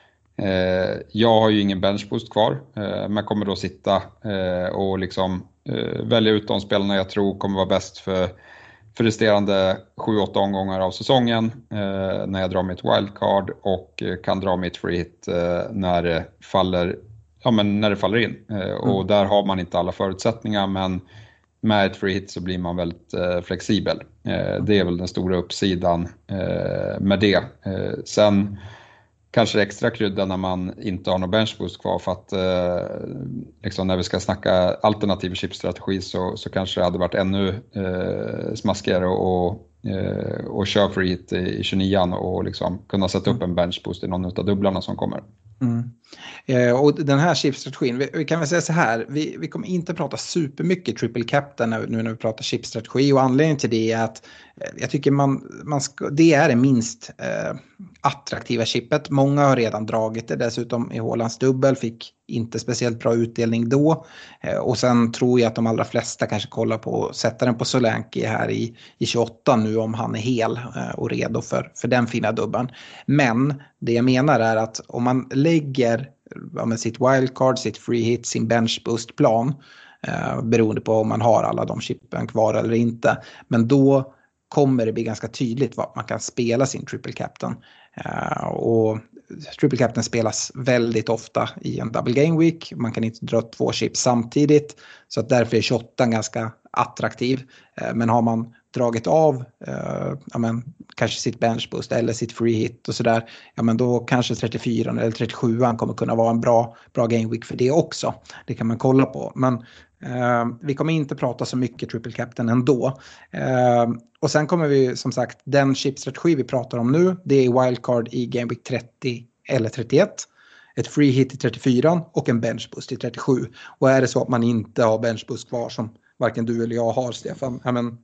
Eh, jag har ju ingen benchboost kvar, eh, men kommer då sitta eh, och liksom eh, välja ut de spelarna jag tror kommer vara bäst för, för resterande sju åtta omgångar av säsongen eh, när jag drar mitt wildcard och eh, kan dra mitt free hit eh, när, det faller, ja, men när det faller in. Eh, mm. Och där har man inte alla förutsättningar, men med ett free hit så blir man väldigt eh, flexibel. Eh, det är väl den stora uppsidan eh, med det. Eh, sen kanske extra krydda när man inte har någon benchboost kvar, för att eh, liksom när vi ska snacka alternativ chipstrategi så, så kanske det hade varit ännu eh, smaskigare och, eh, och köra free hit i, i tjugonio och liksom kunna sätta upp en benchboost i någon av dubblarna som kommer. Mm. Eh, och den här chipstrategin, vi, vi kan väl säga så här, vi, vi kommer inte prata supermycket triple captain nu, nu när vi pratar chipstrategi, och anledningen till det är att eh, jag tycker man, man ska, det är det minst eh, attraktiva chippet. Många har redan dragit det, dessutom i Haalands dubbel fick inte speciellt bra utdelning då, eh, och sen tror jag att de allra flesta kanske kollar på att sätta den på Solanke här i, i tjugoåtta nu om han är hel eh, och redo för, för den fina dubben. Men det jag menar är att om man lägger ja, med sitt wildcard, sitt free hit, sin bench boost plan eh, beroende på om man har alla de chippen kvar eller inte, men då kommer det bli ganska tydligt vad man kan spela sin triple captain. Uh, och triple captain spelas väldigt ofta i en double game week. Man kan inte dra två chips samtidigt, så att därför är tjugoåtta ganska attraktiv. Uh, men har man dragit av uh, ja, men, kanske sitt bench boost eller sitt free hit och sådär, ja, men då kanske trettiofyra eller trettiosju kommer kunna vara en bra, bra game week för det också. Det kan man kolla på. Men Uh, vi kommer inte prata så mycket triple captain ändå. Uh, och sen kommer vi, som sagt, den chipstrategi vi pratar om nu, det är wildcard i Game Week trettio eller trettioett, ett free hit i trettiofyra och en bench boost i trettiosju. Och är det så att man inte har bench boost kvar, som varken du eller jag har, Stefan, ja, men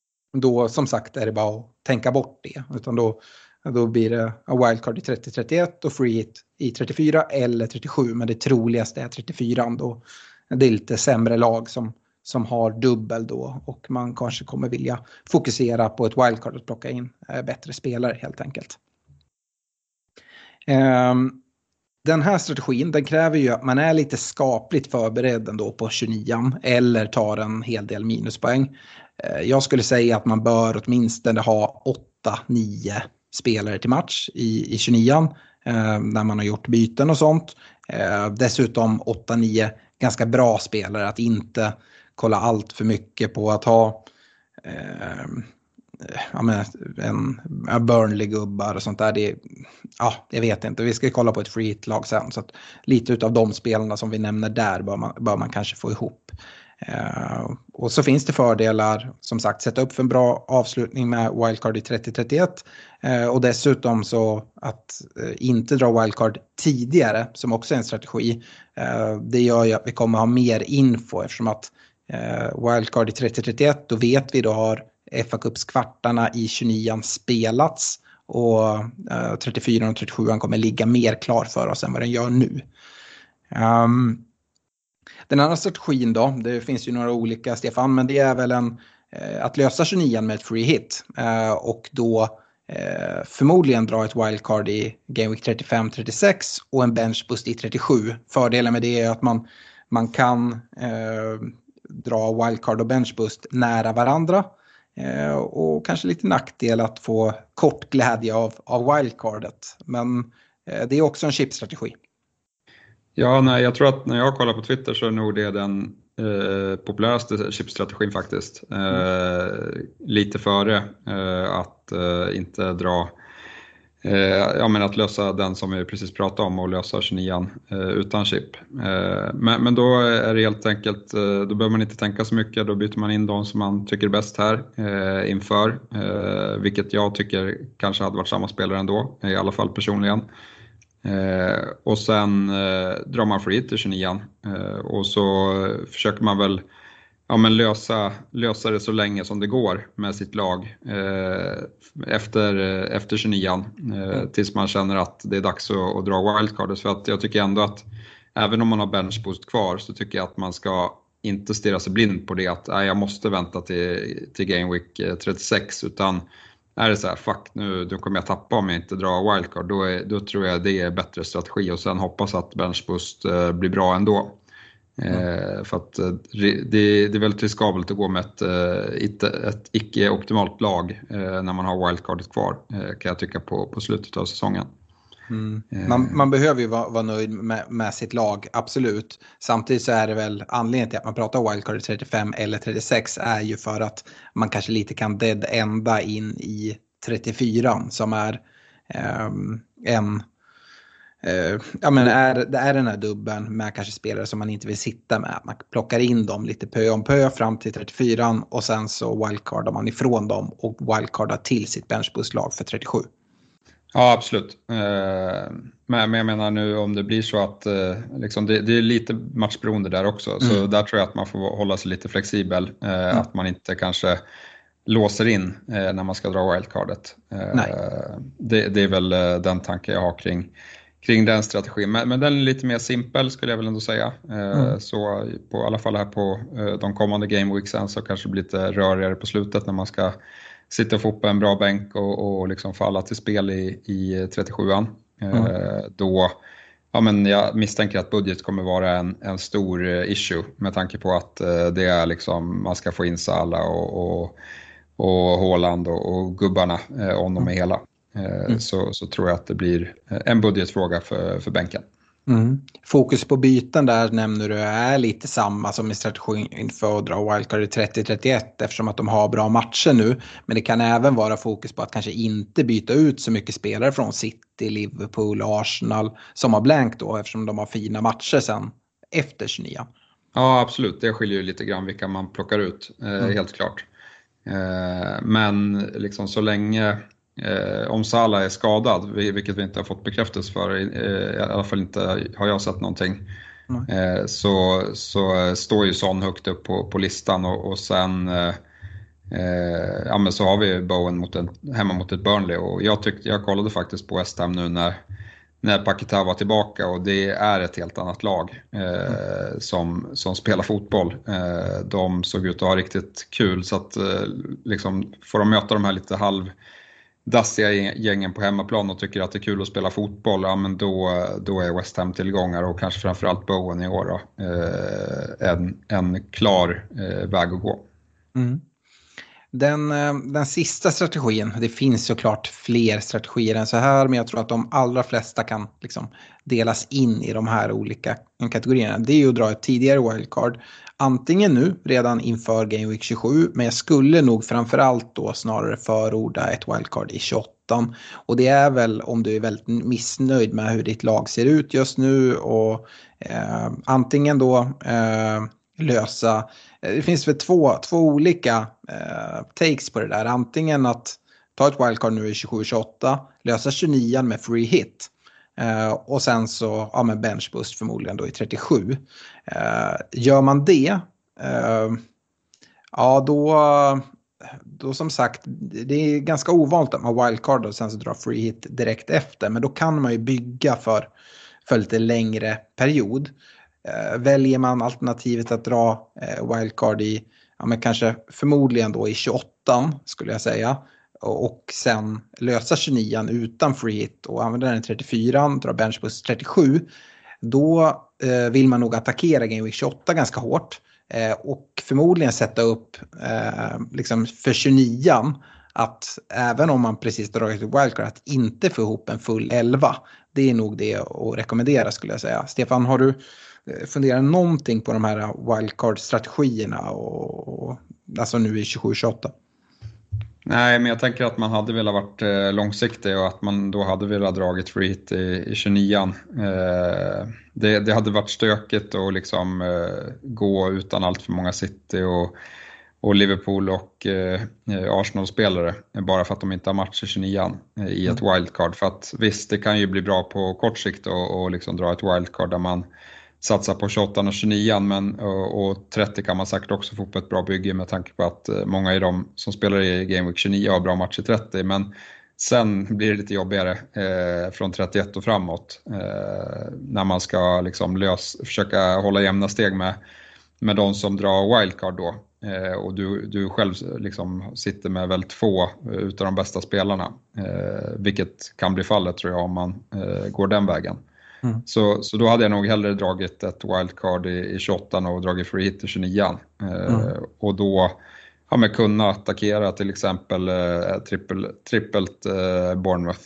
då som sagt är det bara att tänka bort det. Utan då, då blir det en wildcard i trettio trettioett och free hit i trettiofyra eller trettiosju, men det troligaste är trettiofyra då. Det är lite sämre lag som, som har dubbel då, och man kanske kommer vilja fokusera på ett wildcard och plocka in eh, bättre spelare helt enkelt. Um, den här strategin, den kräver ju att man är lite skapligt förberedd ändå på tjugonio eller tar en hel del minuspoäng. Uh, jag skulle säga att man bör åtminstone ha åtta nio spelare till match i, i tjugonio uh, när man har gjort byten och sånt. Uh, dessutom åtta nio ganska bra spelare, att inte kolla allt för mycket på att ha eh, ja, men en, en Burnley-gubbar och sånt där. Det, ja, jag vet inte. Vi ska kolla på ett free hit-lag sen, så att lite utav de spelarna som vi nämner där bör man, bör man kanske få ihop. Eh, och så finns det fördelar, som sagt, sätta upp för en bra avslutning med wildcard i trettio trettioett, eh, och dessutom så att eh, inte dra wildcard tidigare, som också är en strategi. Eh, det gör ju att vi kommer ha mer info, eftersom att eh, wildcard i trettio trettioett, då vet vi, då har F A Cups kvartarna i tjugonio spelats, och eh, trettiofyra och trettiosju kommer ligga mer klar för oss än vad den gör nu. Um, Den andra strategin då, det finns ju några olika, Stefan, men det är väl en, eh, att lösa tjugonio med ett free hit eh, och då eh, förmodligen dra ett wildcard i Game Week trettiofem trettiosex och en bench boost i trettiosju. Fördelen med det är att man, man kan eh, dra wildcard och bench boost nära varandra. Eh, och kanske lite nackdel att få kort glädje av, av wildcardet. Men eh, det är också en chipstrategi. Ja, nej, jag tror att när jag kollar på Twitter så är nog det den eh, populäraste chipstrategin faktiskt. Eh, mm. Lite före eh, att eh, inte dra, eh, ja men att lösa den som vi precis pratade om och lösa tjugonio eh, utan chip. Eh, men, men då är det helt enkelt, eh, då behöver man inte tänka så mycket, då byter man in de som man tycker är bäst här eh, inför. Eh, vilket jag tycker kanske hade varit samma spelare ändå, i alla fall personligen. Eh, och sen eh, drar man free hit till tjugonio eh, och så försöker man väl ja, men lösa, lösa det så länge som det går med sitt lag eh, efter, efter tjugonio eh, tills man känner att det är dags att, att dra wildcardet. För att jag tycker ändå att även om man har bench boost kvar så tycker jag att man ska inte stirra sig blind på det att nej, jag måste vänta till, till Game Week trettiosex, utan är det så här, fuck nu, då kommer jag tappa om jag inte drar wildcard, då, är, då tror jag det är bättre strategi och sen hoppas att bench boost eh, blir bra ändå. Mm. Eh, för att eh, det, det är väldigt riskabelt att gå med ett, ett, ett icke-optimalt lag eh, när man har wildcardet kvar, eh, kan jag tycka på, på slutet av säsongen. Mm. Man, man behöver ju vara, vara nöjd med, med sitt lag, absolut. Samtidigt så är det väl anledningen till att man pratar wildcard trettiofem eller trettiosex är ju för att man kanske lite kan dead ända in i trettiofyra som är um, en uh, ja men är, det är den här dubben med kanske spelare som man inte vill sitta med. Man plockar in dem lite pö om pö fram till trettiofyra och sen så wildcardar man ifrån dem och wildcardar till sitt benchboost-lag för trettiosju. Ja, absolut. Men jag menar nu om det blir så att liksom, det, det är lite matchberoende där också. Mm. Så där tror jag att man får hålla sig lite flexibel. Mm. Att man inte kanske låser in när man ska dra wildcardet. Nej. Det, det är väl den tanken jag har kring, kring den strategin. Men, men den är lite mer simpel skulle jag väl ändå säga. Mm. Så på, i alla fall här på de kommande game weeksen så kanske det blir lite rörigare på slutet när man ska sitta och få upp en bra bänk och, och liksom falla till spel i, i trettiosjuan. Mm. Eh, då, ja men jag misstänker att budget kommer vara en, en stor issue med tanke på att eh, det är liksom, man ska få in Salah och, och, och Haaland och, och gubbarna eh, om de är hela. Eh, mm. så, så tror jag att det blir en budgetfråga för, för bänken. Mm. Fokus på byten där nämner du är lite samma som i strategin inför att dra wildcard i trettio trettioett eftersom att de har bra matcher nu. Men det kan även vara fokus på att kanske inte byta ut så mycket spelare från City, Liverpool, Arsenal som har blank då eftersom de har fina matcher sen efter tjugonio. Ja, absolut. Det skiljer ju lite grann vilka man plockar ut, eh, mm. helt klart. Eh, men liksom så länge... Eh, om Salah är skadad, vilket vi inte har fått bekräftelse för, eh, i alla fall inte har jag sett någonting, mm. eh, så, så står ju Son högt upp på, på listan och, och sen eh, eh, ja, men så har vi Bowen mot en, hemma mot ett Burnley och jag, tyckte, jag kollade faktiskt på West Ham nu när, när Paquetá var tillbaka och det är ett helt annat lag eh, mm. som, som spelar fotboll. Eh, de såg ut att ha riktigt kul så att eh, liksom, får de möta de här lite halv dassiga gängen på hemmaplan och tycker att det är kul att spela fotboll, ja men då, då är West Ham tillgångar och kanske framförallt Bowen i år då, eh, en, en klar eh, väg att gå. Mm. Den, den sista strategin, det finns såklart fler strategier än så här, men jag tror att de allra flesta kan liksom delas in i de här olika kategorierna. Det är ju att dra ett tidigare wildcard, antingen nu redan inför Game Week tjugosju, men jag skulle nog framförallt då snarare förorda ett wildcard i tjugoåtta. Och det är väl om du är väldigt missnöjd med hur ditt lag ser ut just nu och eh, antingen då eh, lösa, det finns väl två, två olika eh, takes på det där. Antingen att ta ett wildcard nu i tjugosju tjugoåtta, lösa tjugonio med free hit eh, och sen så ja, med bench boost förmodligen då i trettiosju. Eh, gör man det, eh, ja då, då som sagt, det är ganska ovanligt att man wildcard och sen så drar free hit direkt efter, men då kan man ju bygga för, för lite längre period. eh, väljer man alternativet att dra eh, wildcard i, ja men kanske förmodligen då i tjugoåtta skulle jag säga. Och sen lösa tjugonio utan free hit och använda den i trettiofyra, dra bench boost trettiosju. Då eh, vill man nog attackera Game Week tjugoåtta ganska hårt. Eh, och förmodligen sätta upp eh, liksom för tjugonio att även om man precis dragit ett wildcard att inte få ihop en full elva. Det är nog det att rekommendera skulle jag säga. Stefan, har du funderat någonting på de här wildcard-strategierna och, och, alltså nu i tjugosju tjugoåtta? Nej, men jag tänker att man hade velat varit eh, långsiktig och att man då hade velat dragit free hit i, i tjugonio. Eh, det, det hade varit stökigt att liksom eh, gå utan allt för många City och, och Liverpool och eh, Arsenal-spelare bara för att de inte har match i tjugonio eh, i ett wildcard. För att visst, det kan ju bli bra på kort sikt och, och liksom dra ett wildcard där man satsa på tjugoåtta och tjugonio, men, och, och trettio kan man säkert också få på ett bra bygge med tanke på att många i de som spelar i Game Week tjugonio har bra match i trettio, men sen blir det lite jobbigare eh, från trettioett och framåt eh, när man ska liksom lös, försöka hålla jämna steg med, med de som drar wildcard då. Eh, och du, du själv liksom sitter med väldigt få utav de bästa spelarna, eh, vilket kan bli fallet tror jag om man eh, går den vägen. Mm. Så, så då hade jag nog hellre dragit ett wildcard i, i tjugoåtta och dragit free hit i tjugonio. Eh, mm. Och då har man kunnat attackera till exempel eh, trippel, trippelt eh, Bournemouth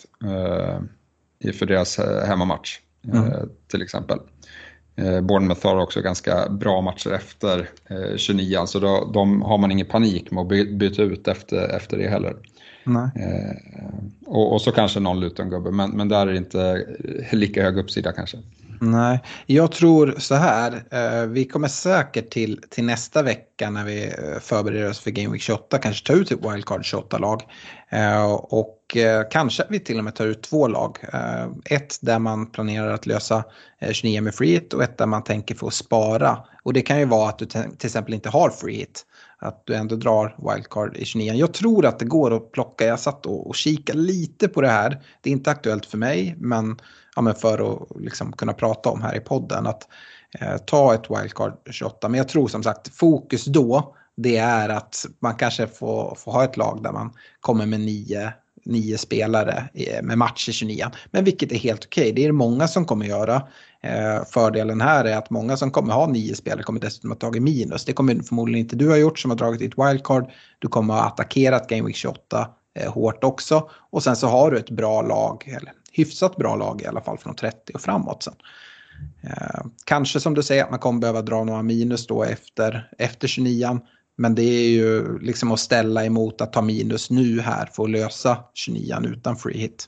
eh, för deras hemmamatch eh, mm. till exempel. Eh, Bournemouth har också ganska bra matcher efter eh, tjugonio, så då, de har man ingen panik med att by, byta ut efter, efter det heller. Nej. Eh, och, och så kanske någon Luton-gubbe, men, men där är det inte lika hög uppsida kanske. Nej, jag tror så här, eh, vi kommer säkert till, till nästa vecka när vi förbereder oss för Game Week tjugoåtta kanske ta ut ett wildcard tjugoåtta-lag eh, och eh, kanske vi till och med tar ut två lag. Eh, ett där man planerar att lösa eh, tjugonio med free hit och ett där man tänker få spara, och det kan ju vara att du t- till exempel inte har free hit, att du ändå drar wildcard i tjugonio. Jag tror att det går att plocka, jag satt och, och kika lite på det här, det är inte aktuellt för mig, men, ja, men för att liksom kunna prata om här i podden att eh, ta ett wildcard tjugoåtta. Men jag tror som sagt fokus då, det är att man kanske får, får ha ett lag där man kommer med nio, nio spelare med match i tjugonio. Men vilket är helt okej, det är det många som kommer göra. Eh, fördelen här är att många som kommer ha nio spelare kommer dessutom att ta minus. Det kommer förmodligen inte du ha gjort som har dragit ditt wildcard. Du kommer ha attackerat Game Week tjugoåtta eh, hårt också. Och sen så har du ett bra lag, eller hyfsat bra lag i alla fall från trettio och framåt sen. Eh, kanske som du säger att man kommer behöva dra några minus då efter, efter tjugonio. Men det är ju liksom att ställa emot att ta minus nu här för att lösa tjugonio utan free hit.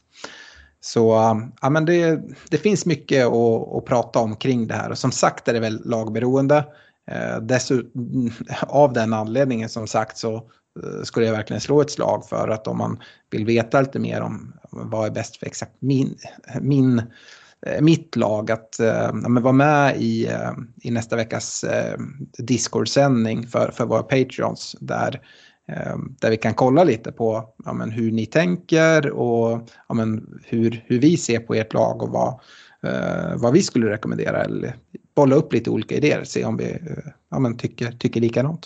Så ja, men det, det finns mycket att, att prata om kring det här. Och som sagt är det väl lagberoende. Eh, dessutom, av den anledningen som sagt så eh, skulle jag verkligen slå ett slag för att om man vill veta lite mer om vad är bäst för exakt min, min, eh, mitt lag. Att eh, ja, men vara med i, eh, i nästa veckas eh, Discord-sändning för, för våra Patreons där Där vi kan kolla lite på ja, men hur ni tänker och ja, men hur, hur vi ser på ert lag och vad, eh, vad vi skulle rekommendera. Eller bolla upp lite olika idéer, se om vi eh, ja, men tycker, tycker likadant.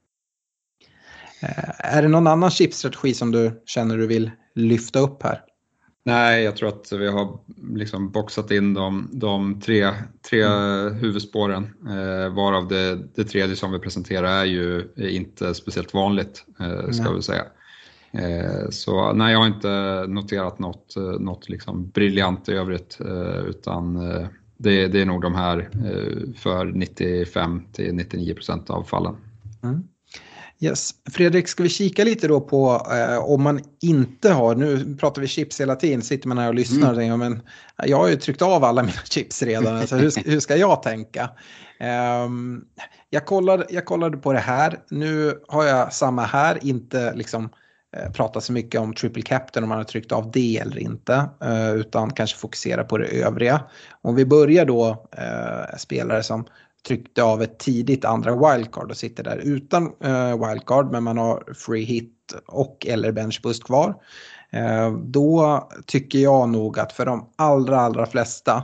Eh, är det någon annan chipstrategi som du känner du vill lyfta upp här? Nej, jag tror att vi har liksom boxat in de, de tre, tre mm. huvudspåren. Eh, varav det, det tredje som vi presenterar är ju inte speciellt vanligt, eh, ska vi säga. Eh, så nej, jag har inte noterat något, något liksom briljant i övrigt. Eh, utan eh, det, det är nog de här eh, för nittiofem till nittionio procent av fallen. Mm. Yes. Fredrik, ska vi kika lite då på eh, om man inte har, nu pratar vi chips hela tiden, sitter man här och lyssnar mm. och tänker, men jag har ju tryckt av alla mina chips redan, alltså, hur, hur ska jag tänka? Um, jag, kollade, jag kollade på det här, nu har jag samma här, inte liksom eh, pratat så mycket om triple captain om man har tryckt av det eller inte, eh, utan kanske fokusera på det övriga. Om vi börjar då eh, spelare som tryckte av ett tidigt andra wildcard och sitter där utan uh, wildcard, men man har free hit och eller bench boost kvar. Uh, då tycker jag nog att för de allra allra flesta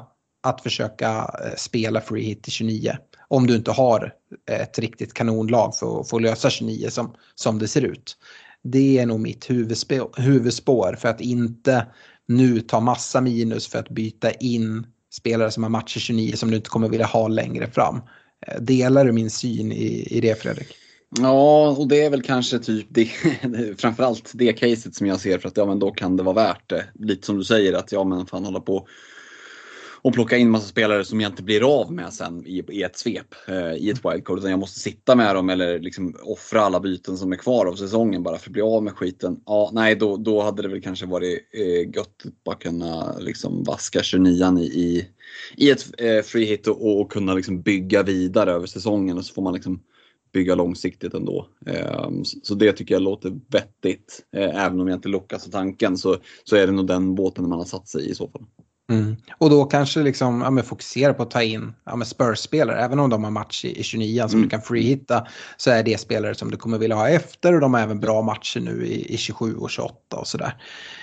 att försöka spela free hit i tjugonio. Om du inte har ett riktigt kanonlag för att få lösa tjugonio som, som det ser ut. Det är nog mitt huvudspår, huvudspår för att inte nu ta massa minus för att byta in spelare som har matcher tjugonio som du inte kommer vilja ha längre fram. Delar du min syn i, i det, Fredrik? Ja, och det är väl kanske typ det, framförallt det caset som jag ser, för att ja, men då kan det vara värt det. Lite som du säger, att ja, men fan hålla på och plocka in massa spelare som jag inte blir av med sen i, i ett svep, eh, i ett wildcard, utan jag måste sitta med dem eller liksom offra alla byten som är kvar av säsongen bara för att bli av med skiten. Ja, nej, då, då hade det väl kanske varit eh, gött att bara kunna liksom vaska tjugonio i, i, i ett eh, free hit och, och kunna liksom bygga vidare över säsongen, och så får man liksom bygga långsiktigt ändå. Eh, så, så det tycker jag låter vettigt. Eh, även om jag inte lockas av tanken, så, så är det nog den båten man har satt sig i i så fall. Mm. Och då kanske liksom, ja, men fokusera på att ta in, ja, men Spurs-spelare, även om de har match i, i tjugonio som mm. du kan freehitta, så är det spelare som du kommer vilja ha efter, och de har även bra matcher nu i, i tjugosju och tjugoåtta och sådär.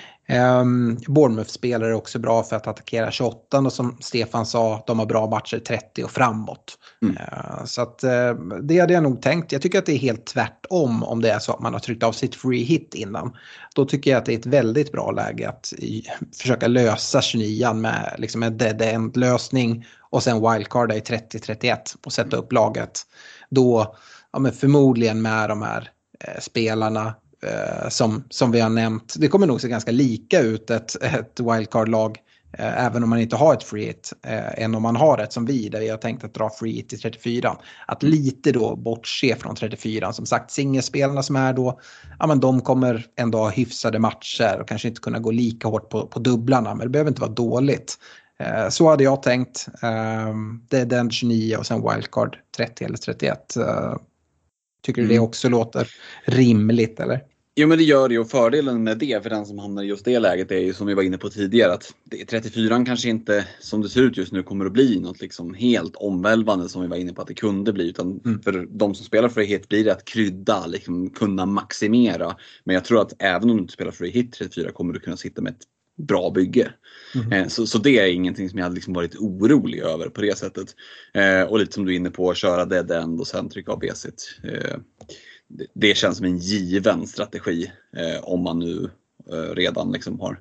Um, Bournemouth-spelare är också bra för att attackera tjugoåtta, och som Stefan sa, de har bra matcher trettio och framåt. Mm. Uh, så att uh, det hade jag nog tänkt. Jag tycker att det är helt tvärtom om det är så att man har tryckt av sitt free hit innan. Då tycker jag att det är ett väldigt bra läge att i, försöka lösa tjugonio med liksom en dead end lösning och sen wildcarda i trettio trettioett och sätta upp laget. Då, ja, men förmodligen med de här eh, spelarna Eh, som, som vi har nämnt. Det kommer nog se ganska lika ut ett, ett wildcard-lag eh, även om man inte har ett free hit eh, än om man har ett som vi, där vi har tänkt att dra free hit till trettiofyra. Att lite då bortse från trettiofyra. Som sagt, singelspelarna som är då, ja, men de kommer ändå ha hyfsade matcher och kanske inte kunna gå lika hårt på, på dubblarna, men det behöver inte vara dåligt. Eh, så hade jag tänkt. Eh, det är den tjugonio och sen wildcard trettio eller trettioett. Eh, tycker du det också låter rimligt, eller? Jo, men det gör det, och fördelen med det för den som hamnar i just det läget är ju, som vi var inne på tidigare, att trettiofyra kanske inte, som det ser ut just nu, kommer att bli något liksom helt omvälvande som vi var inne på att det kunde bli, utan mm. för de som spelar free hit blir det att krydda, liksom kunna maximera. Men jag tror att även om du inte spelar free hit trettiofyra kommer du kunna sitta med ett bra bygge. Mm. Så, så det är ingenting som jag hade liksom varit orolig över på det sättet. Eh, och lite som du är inne på, att köra dead end och sen trycka av besit. Eh, det, det känns som en given strategi eh, om man nu eh, redan liksom har,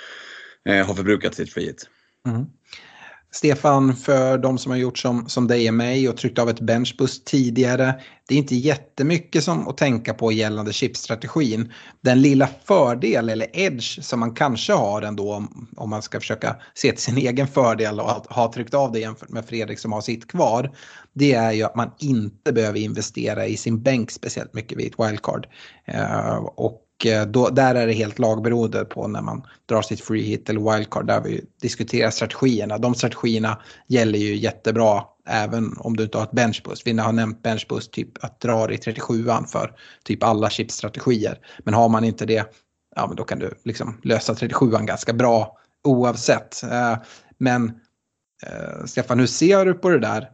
eh, har förbrukat sitt free hit. Mm. Stefan, för de som har gjort som, som dig och mig och tryckt av ett benchboost tidigare, det är inte jättemycket som att tänka på gällande chipstrategin. Den lilla fördel eller edge som man kanske har ändå, om, om man ska försöka se till sin egen fördel och ha, ha tryckt av det jämfört med Fredrik som har sitt kvar, det är ju att man inte behöver investera i sin bänk speciellt mycket vid ett wildcard. Uh, och Då, där är det helt lagberoende på när man drar sitt free hit eller wildcard, där vi diskuterar strategierna. De strategierna gäller ju jättebra även om du inte har ett benchboost. Vi har nämnt benchboost, typ att dra i trettiosjuan för typ alla chipstrategier. Men har man inte det, ja, men då kan du liksom lösa trettiosjuan ganska bra oavsett. Men Stefan, hur ser du på det där?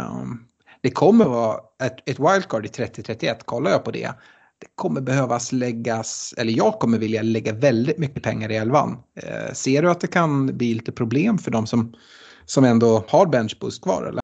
Det kommer vara ett, ett wildcard i trettio trettioett, kollar jag på det. Det kommer behövas läggas, eller jag kommer vilja lägga väldigt mycket pengar i elvan. Eh, ser du att det kan bli lite problem för de som, som ändå har benchboost kvar, eller?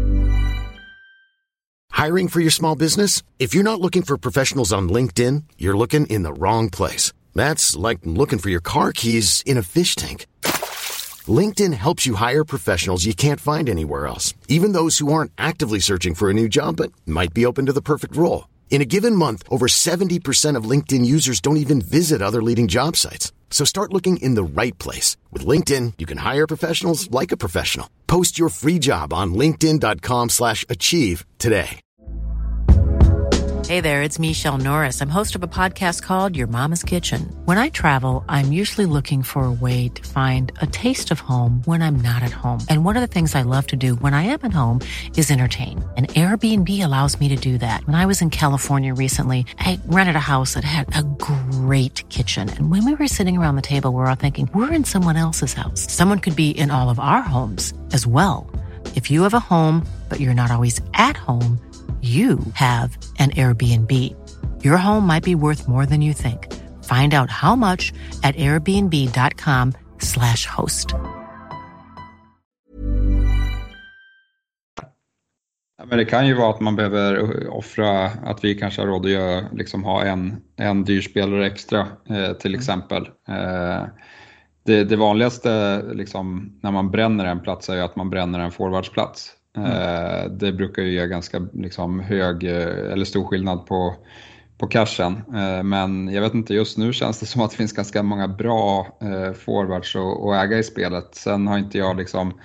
Hiring for your small business? If you're not looking for professionals on LinkedIn, you're looking in the wrong place. That's like looking for your car keys in a fish tank. LinkedIn helps you hire professionals you can't find anywhere else, even those who aren't actively searching for a new job but might be open to the perfect role. In a given month, over seventy percent of LinkedIn users don't even visit other leading job sites. So start looking in the right place. With LinkedIn, you can hire professionals like a professional. Post your free job on linkedin dot com slash achieve today. Hey there, it's Michelle Norris. I'm host of a podcast called Your Mama's Kitchen. When I travel, I'm usually looking for a way to find a taste of home when I'm not at home. And one of the things I love to do when I am at home is entertain. And Airbnb allows me to do that. When I was in California recently, I rented a house that had a great kitchen. And when we were sitting around the table, we were all thinking, we're in someone else's house. Someone could be in all of our homes as well. If you have a home, but you're not always at home, you have an Airbnb. Your home might be worth more than you think. Find out how much at airbnb dot com slash host. Men det kan ju vara att man behöver offra, att vi kanske har råd att göra, liksom ha en, en dyr spelare extra eh, till exempel. Eh, det, det vanligaste liksom, när man bränner en plats är ju att man bränner en forwardsplats. Mm. Eh, det brukar ju ge ganska liksom, hög eller stor skillnad på, på cashen. Eh, men jag vet inte, just nu känns det som att det finns ganska många bra eh, forwards att, att äga i spelet. Sen har inte jag liksom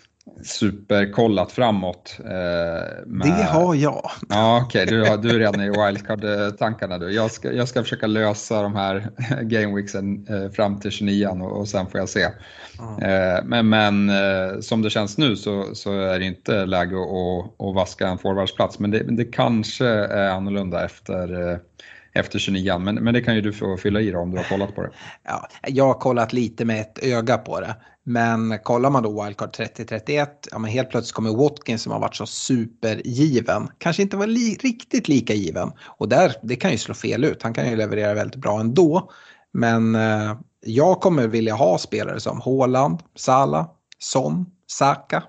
superkollat framåt. Eh, med... Det har jag. Ja, okej. Okay. Du, har, du är redan i wildcard-tankarna. Du. Jag, ska, jag ska försöka lösa de här gameweeksen eh, fram till tjugonio och, och sen får jag se. Mm. Eh, men men eh, som det känns nu så, så är det inte läge att, att vaska en forwardsplats. Men det, det kanske är annorlunda efter... Eh, efter tjugonio, men, men det kan ju du få fylla i då om du har kollat på det. Ja, jag har kollat lite med ett öga på det. Men kollar man då wildcard trettio trettioett, ja, men helt plötsligt kommer Watkins som har varit så supergiven. Kanske inte var li- riktigt lika given. Och där, det kan ju slå fel ut. Han kan ju leverera väldigt bra ändå. Men eh, jag kommer vilja ha spelare som Haaland, Salah, Son, Saka.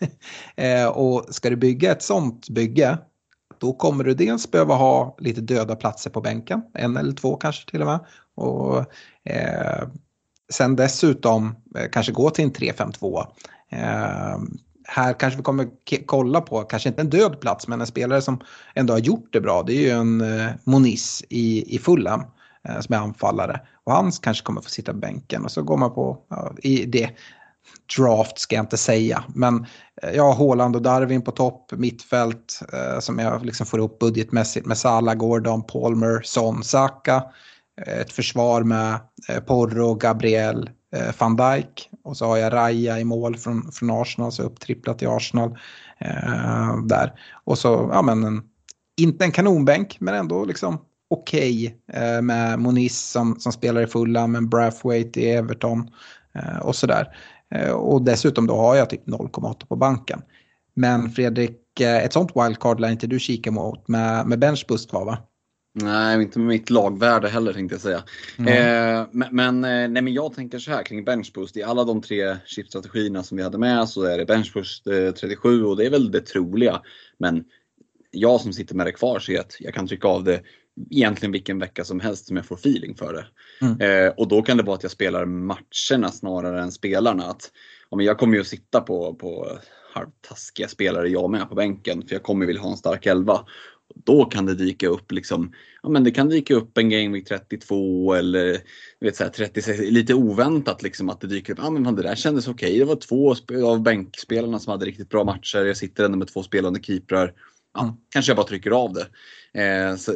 eh, och ska du bygga ett sånt bygge, då kommer du dels behöva ha lite döda platser på bänken. En eller två kanske till och med. Och eh, sen dessutom eh, kanske gå till en tre fem två. Eh, här kanske vi kommer k- kolla på, kanske inte en död plats, men en spelare som ändå har gjort det bra. Det är ju en eh, Moniz i, i Fulham eh, som är anfallare. Och han kanske kommer få sitta på bänken. Och så går man på ja, i det. Draft ska jag inte säga, men jag har Haaland och Darwin på topp, mittfält eh, som jag liksom får upp budgetmässigt med Salah, Gordon, Palmer, Son, Saka, eh, ett försvar med eh, Porro, Gabriel, eh, Van Dijk, och så har jag Raya i mål från, från Arsenal, så upptripplat i Arsenal eh, där, och så ja men en, inte en kanonbänk men ändå liksom okej okay, eh, med Moniz som, som spelar i Fulham, men Braithwaite i Everton eh, och sådär. Och dessutom då har jag typ noll komma åtta på banken. Men Fredrik, ett sånt wildcard lär inte du kika mot med, med benchboost kvar, va? Nej, inte med mitt lagvärde heller tänkte jag säga. Mm. Eh, men, men, nej, men jag tänker så här kring benchboost. I alla de tre chipstrategierna som vi hade med så är det benchboost eh, trettiosju och det är väl det troliga. Men jag som sitter med det kvar ser att jag kan trycka av det egentligen vilken vecka som helst som jag får feeling för det. Mm. Eh, och då kan det vara att jag spelar matcherna snarare än spelarna. Att, ja, men jag kommer ju att sitta på, på halvtaskiga spelare jag med på bänken, för jag kommer vilja ha en stark elva. Då kan det dyka upp liksom, ja, men det kan dyka upp en Game Week trettiotvå eller vet så här, trettiosex, lite oväntat liksom att det dyker upp. Ja, men det där kändes okej. Okay. Det var två av bänkspelarna som hade riktigt bra matcher. Jag sitter ändå med två spelande keeprar. Ja, mm. Kanske jag bara trycker av det. Eh, så,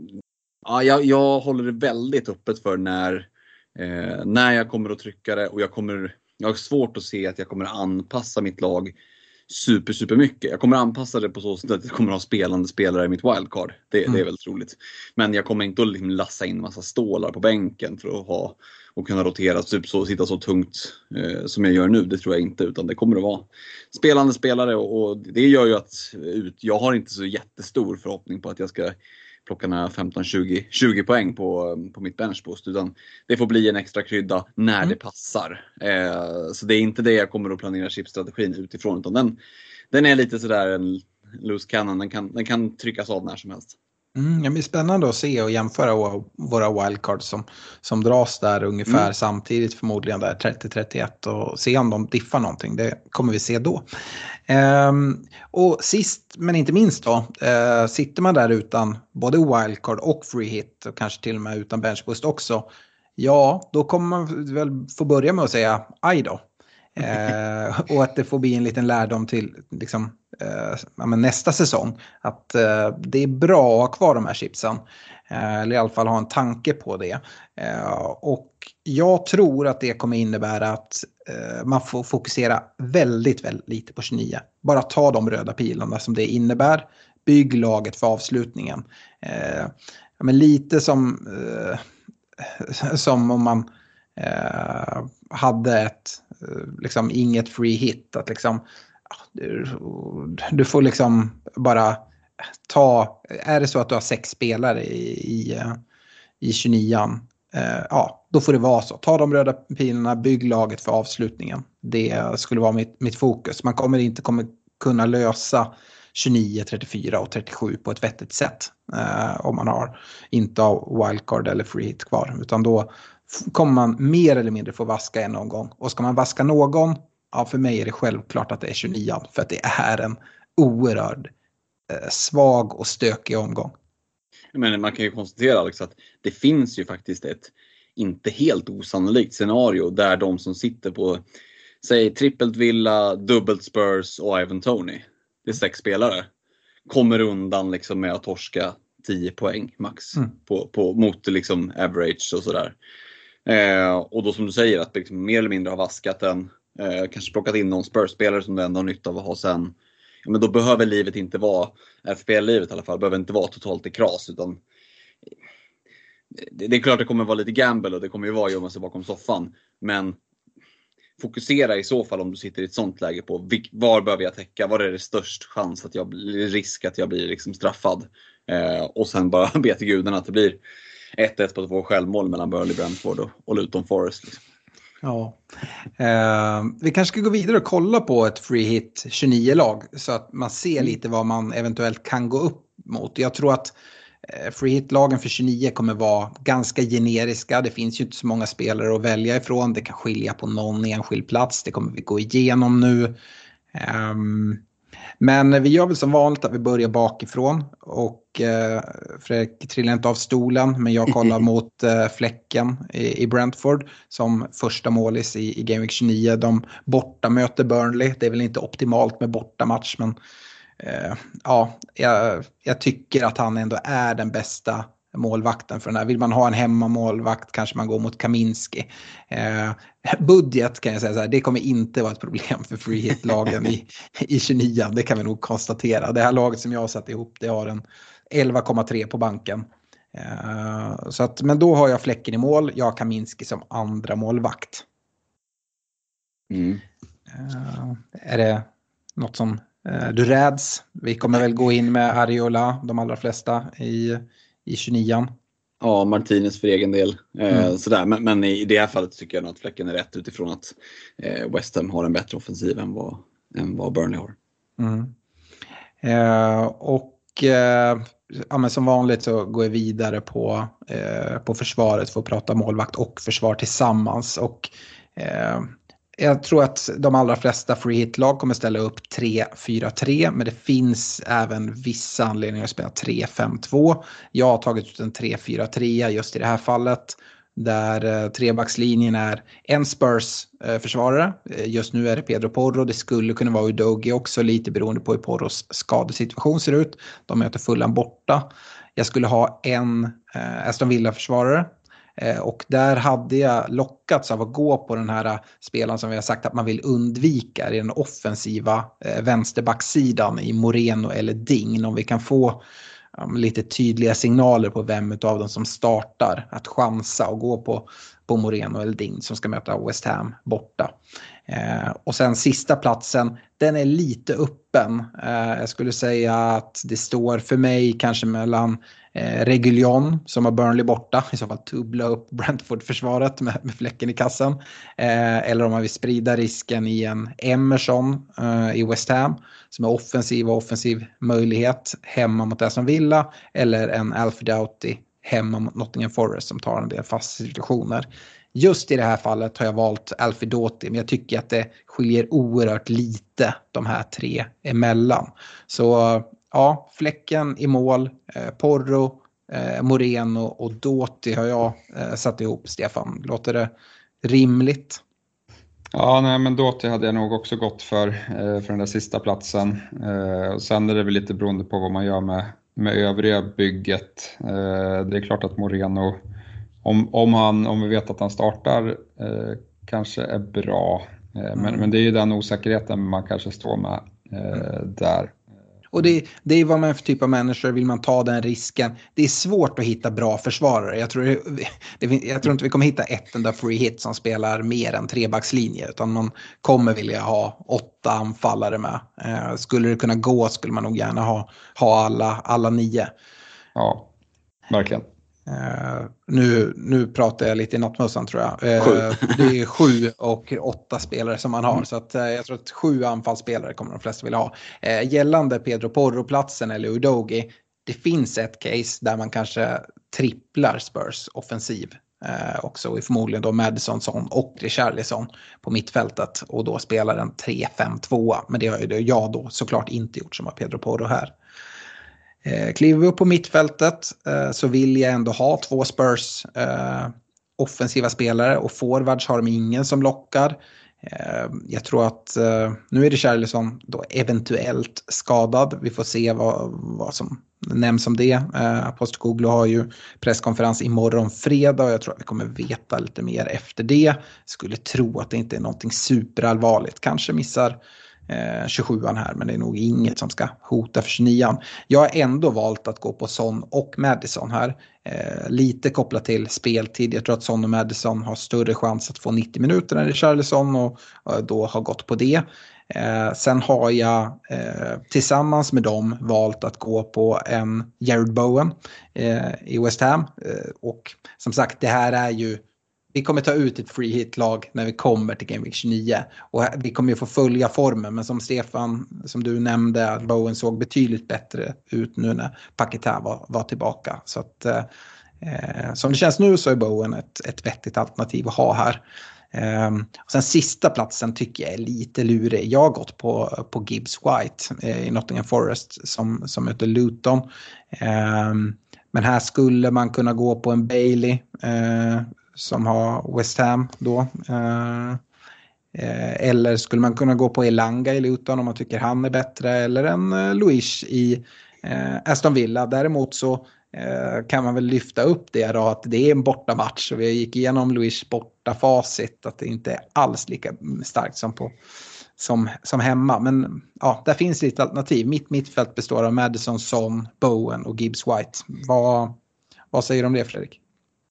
ja, jag, jag håller det väldigt öppet för när, eh, när jag kommer att trycka det. Och jag, kommer, jag har svårt att se att jag kommer att anpassa mitt lag super, super mycket. Jag kommer att anpassa det på så sätt att jag kommer att ha spelande spelare i mitt wildcard. Det, mm. det är väldigt roligt. Men jag kommer inte att liksom lassa in massa stålar på bänken för att ha och kunna rotera typ så, sitta så tungt eh, som jag gör nu. Det tror jag inte, utan det kommer att vara spelande spelare och, och det gör ju att ut, jag har inte så jättestor förhoppning på att jag ska plocka några femton tjugo poäng på, på mitt benchboost, utan det får bli en extra krydda när mm. det passar. Eh, så det är inte det jag kommer att planera chipstrategin utifrån, utan den, den är lite sådär en loose cannon, den kan, den kan tryckas av när som helst. Mm, det blir spännande att se och jämföra våra wildcards som, som dras där ungefär mm. samtidigt, förmodligen där trettio trettioett, och se om de diffar någonting. Det kommer vi se då. Ehm, och sist men inte minst då, eh, sitter man där utan både wildcard och free hit och kanske till och med utan benchboost också, ja då kommer man väl få börja med att säga aj då. Eh, och att det får bli en liten lärdom till liksom, eh, ja, men nästa säsong, att eh, det är bra att ha kvar de här chipsen, eh, eller i alla fall ha en tanke på det, eh, och jag tror att det kommer innebära att eh, man får fokusera väldigt, väldigt lite på tjugonio, bara ta de röda pilarna som det innebär, bygg laget för avslutningen, eh, ja, men lite som eh, som om man eh, hade ett liksom inget free hit, att liksom du, du får liksom bara ta, är det så att du har sex spelare i, i, i tjugonio, eh, ja då får det vara så, ta de röda pilarna, bygg laget för avslutningen, det skulle vara mitt, mitt fokus. Man kommer inte kommer kunna lösa tjugonio, trettiofyra och trettiosju på ett vettigt sätt. Eh, om man har inte har wildcard eller free hit kvar. Utan då kommer man mer eller mindre få vaska en någon gång. Och ska man vaska någon, ja, för mig är det självklart att det är tjugonio. För att det är en oerhörd eh, svag och stökig omgång. Men man kan ju konstatera, Alex, att det finns ju faktiskt ett inte helt osannolikt scenario där de som sitter på, säg trippelt Villa, dubbelt Spurs och Ivan Toney, det är sex spelare, kommer undan liksom med att torska tio poäng max mm. på, på, mot liksom average och sådär. Eh, och då som du säger, att liksom mer eller mindre har vaskat den, eh, kanske plockat in någon Spurs-spelare som du ändå har nytta av att ha sen. Ja, men då behöver livet inte vara, F P L-livet i alla fall, behöver inte vara totalt i kras, utan det, det är klart det kommer vara lite gamble och det kommer ju vara gömma sig bakom soffan, men fokusera i så fall om du sitter i ett sånt läge på var behöver jag täcka, var är det störst chans att jag blir, risk att jag blir liksom straffad, eh, och sen bara be till gudarna att det blir ett ett på två självmål mellan Burnley, Brentford och, och Luton Forest liksom. Ja, eh, vi kanske ska gå vidare och kolla på ett free hit tjugonio-lag så att man ser lite vad man eventuellt kan gå upp mot. Jag tror att eh, free hit-lagen för tjugonio kommer vara ganska generiska. Det finns ju inte så många spelare att välja ifrån. Det kan skilja på någon enskild plats. Det kommer vi gå igenom nu. Um, Men vi gör väl som vanligt att vi börjar bakifrån och eh, Fredrik trillar inte av stolen, men jag kollar mot eh, Fläcken i, i Brentford som första målis i, i Game Week tjugonio. De borta möter Burnley, det är väl inte optimalt med bortamatch, men eh, ja, jag, jag tycker att han ändå är den bästa målvakten för den här. Vill man ha en hemmamålvakt kanske man går mot Kaminski. Eh, budget kan jag säga så här, det kommer inte vara ett problem för free hit-lagen i, i tjugonio. Det kan vi nog konstatera. Det här laget som jag har satt ihop, det har en elva komma tre på banken. Eh, så att, men då har jag Fläcken i mål. Jag har Kaminski som andra målvakt. Mm. Eh, är det något som eh, du räds? Vi kommer väl gå in med Ariola, de allra flesta i i tjugonio. Ja, Martinez för egen del. Eh, mm. sådär. Men, men i det här fallet tycker jag nog att Fläcken är rätt utifrån att eh, West Ham har en bättre offensiv än vad, än vad Burnley har. Mm. Eh, och eh, ja, men som vanligt så går jag vidare på, eh, på försvaret för att prata målvakt och försvar tillsammans. Och eh, jag tror att de allra flesta free hit-lag kommer ställa upp tre fyra tre, men det finns även vissa anledningar att spela tre fem två. Jag har tagit ut en tre fyra tre just i det här fallet, där eh, trebackslinjen är en Spurs-försvarare. Eh, just nu är det Pedro Porro, det skulle kunna vara Udogi också, lite beroende på hur Porros skadesituation ser ut. De möter Fulham borta. Jag skulle ha en eh, Aston Villa-försvarare. Och där hade jag lockats av att gå på den här spelaren som vi har sagt att man vill undvika i den offensiva vänsterbacksidan i Moreno eller Ding. Om vi kan få um, lite tydliga signaler på vem av dem som startar att chansa och gå på, på Moreno eller Ding som ska möta West Ham borta. Eh, och sen sista platsen, den är lite öppen. Eh, jag skulle säga att det står för mig kanske mellan eh, Reguilon som har Burnley borta, i så fall tubbla upp Brentford-försvaret med, med Fläcken i kassen. Eh, eller om man vill sprida risken i en Emerson eh, i West Ham som är offensiv och offensiv möjlighet hemma mot Aston Villa, eller en Alfie Doughty hemma mot Nottingham Forest som tar en del fasta situationer. Just i det här fallet har jag valt Alfie Doughty, men jag tycker att det skiljer oerhört lite de här tre emellan. Så ja, Fläcken i mål, eh, Porro, eh, Moreno och Doughty har jag eh, satt ihop, Stefan. Låter det rimligt? Ja, nej, men Doughty hade jag nog också gått för, eh, för den där sista platsen. Eh, och sen är det väl lite beroende på vad man gör med, med övriga bygget. Eh, det är klart att Moreno, Om, om, han, om vi vet att han startar, eh, kanske är bra. Eh, men, mm. men det är ju den osäkerheten man kanske står med eh, mm. där. Och det, det är vad man är för typ av människor, vill man ta den risken. Det är svårt att hitta bra försvarare. Jag tror, det, jag tror inte vi kommer hitta ett enda free hit som spelar mer än trebackslinje. Utan man kommer vilja ha åtta anfallare med. Eh, skulle det kunna gå skulle man nog gärna ha, ha alla, alla nio. Ja, verkligen. Uh, nu, nu pratar jag lite i nattmössan tror jag. Uh, sju. Det är sju och åtta spelare som man har. Mm. Så att, uh, jag tror att sju anfallsspelare kommer de flesta vilja ha. Uh, gällande Pedro Porro-platsen eller Udogi. Det finns ett case där man kanske tripplar Spurs offensiv. Uh, också i förmodligen då Madison och Richarlison på mittfältet. Och då spelar en tre fem två. Men det har ju jag då såklart inte gjort som har Pedro Porro här. Eh, kliver vi upp på mittfältet eh, så vill jag ändå ha två Spurs eh, offensiva spelare och forwards har de ingen som lockar. Eh, jag tror att eh, nu är det Richarlison då eventuellt skadad. Vi får se vad, vad som nämns om det. Eh, Postecoglou har ju presskonferens imorgon fredag och jag tror att vi kommer veta lite mer efter det. Skulle tro att det inte är någonting superallvarligt. Kanske missar Eh, tjugosjuan här, men det är nog inget som ska hota för tjugonioan. Jag har ändå valt att gå på Son och Madison här. Eh, lite kopplat till speltid. Jag tror att Son och Madison har större chans att få nittio minuter än Richarlison och, och då har gått på det. Eh, sen har jag eh, tillsammans med dem valt att gå på en Jared Bowen eh, i West Ham. Eh, och som sagt, det här är ju vi kommer ta ut ett free hit-lag när vi kommer till Game Week tjugonio. Och vi kommer ju få följa formen. Men som Stefan, som du nämnde, att Bowen såg betydligt bättre ut nu när Paquetá var, var tillbaka. Så att eh, som det känns nu så är Bowen ett, ett vettigt alternativ att ha här. Eh, och sen sista platsen tycker jag är lite lurig. Jag har gått på, på Gibbs White eh, i Nottingham Forest som, som möter Luton. Eh, men här skulle man kunna gå på en Bailey eh, som har West Ham då. Eh, eller skulle man kunna gå på Elanga i Luton om man tycker han är bättre. Eller en eh, Luiz i eh, Aston Villa. Däremot så eh, kan man väl lyfta upp det då att det är en bortamatch. Och vi gick igenom Luiz borta facit. Att det inte är alls lika starkt som, på, som, som hemma. Men ja, där finns lite alternativ. Mitt mittfält består av Madison, Son, Bowen och Gibbs White. Vad, vad säger du om det, Fredrik?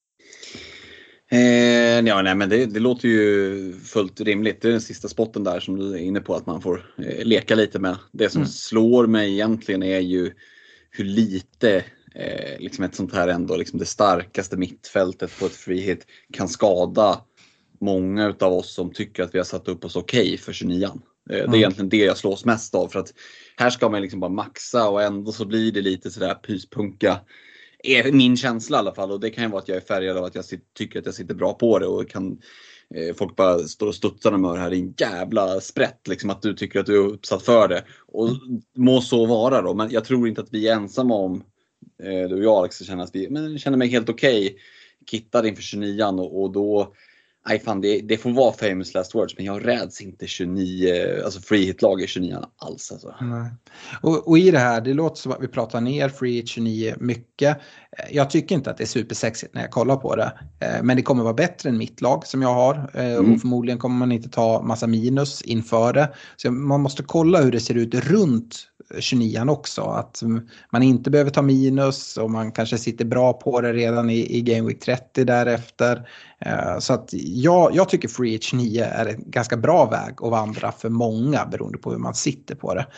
Eh, ja, nej, men det, det låter ju fullt rimligt. Det är den sista spotten där som du är inne på att man får eh, leka lite med. Det som mm. slår mig egentligen är ju hur lite eh, liksom ett sånt här ändå liksom det starkaste mittfältet på ett free hit kan skada många utav oss som tycker att vi har satt upp oss okej okay för tjugonioan. Eh, mm. Det är egentligen det jag slås mest av, för att här ska man liksom bara maxa och ändå så blir det lite sådär pyspunka. Är min känsla i alla fall, och det kan ju vara att jag är färgad av att jag sitter, tycker att jag sitter bra på det och kan eh, folk bara står och studsar med det här i en jävla sprätt liksom, att du tycker att du är uppsatt för det och må så vara då, men jag tror inte att vi är ensamma om eh, du och jag Alex känner att vi men känner mig helt okej okay, kittad inför tjugonioan och, och då nej fan, det, det får vara famous last words, men jag räds inte tjugonio, alltså free hit-lag i tjugonio alls. Alltså. Nej. Och, och i det här, det låter som att vi pratar ner free hit tjugonio mycket. Jag tycker inte att det är supersexigt när jag kollar på det. Men det kommer vara bättre än mitt lag som jag har. Mm. Och förmodligen kommer man inte ta massa minus inför det. Så man måste kolla hur det ser ut runt tjugonio också. Att man inte behöver ta minus och man kanske sitter bra på det redan i, i Game Week trettio därefter. Så att jag, jag tycker free hit tjugonio är en ganska bra väg att vandra för många beroende på hur man sitter på det.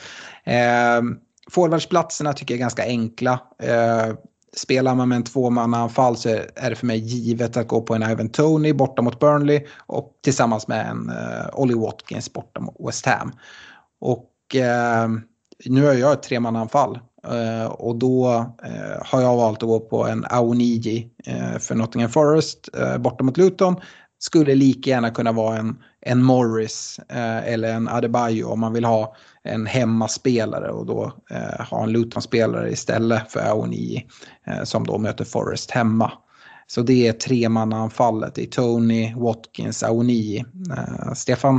Eh, forwardsplatserna tycker jag är ganska enkla. Eh, spelar man med en tvåmannaanfall så är det för mig givet att gå på en Ivan Toney borta mot Burnley och tillsammans med en eh, Ollie Watkins borta mot West Ham. Och eh, nu har jag ett tremannaanfall. Uh, och då uh, har jag valt att gå på en Awoniyi uh, för Nottingham Forest uh, borta mot Luton. Skulle lika gärna kunna vara en, en Morris uh, eller en Adebayo om man vill ha en hemmaspelare och då uh, ha en Luton-spelare istället för Awoniyi uh, som då möter Forest hemma. Så det är tremannaanfallet i Toney, Watkins, Awoniyi. Uh, Stefan,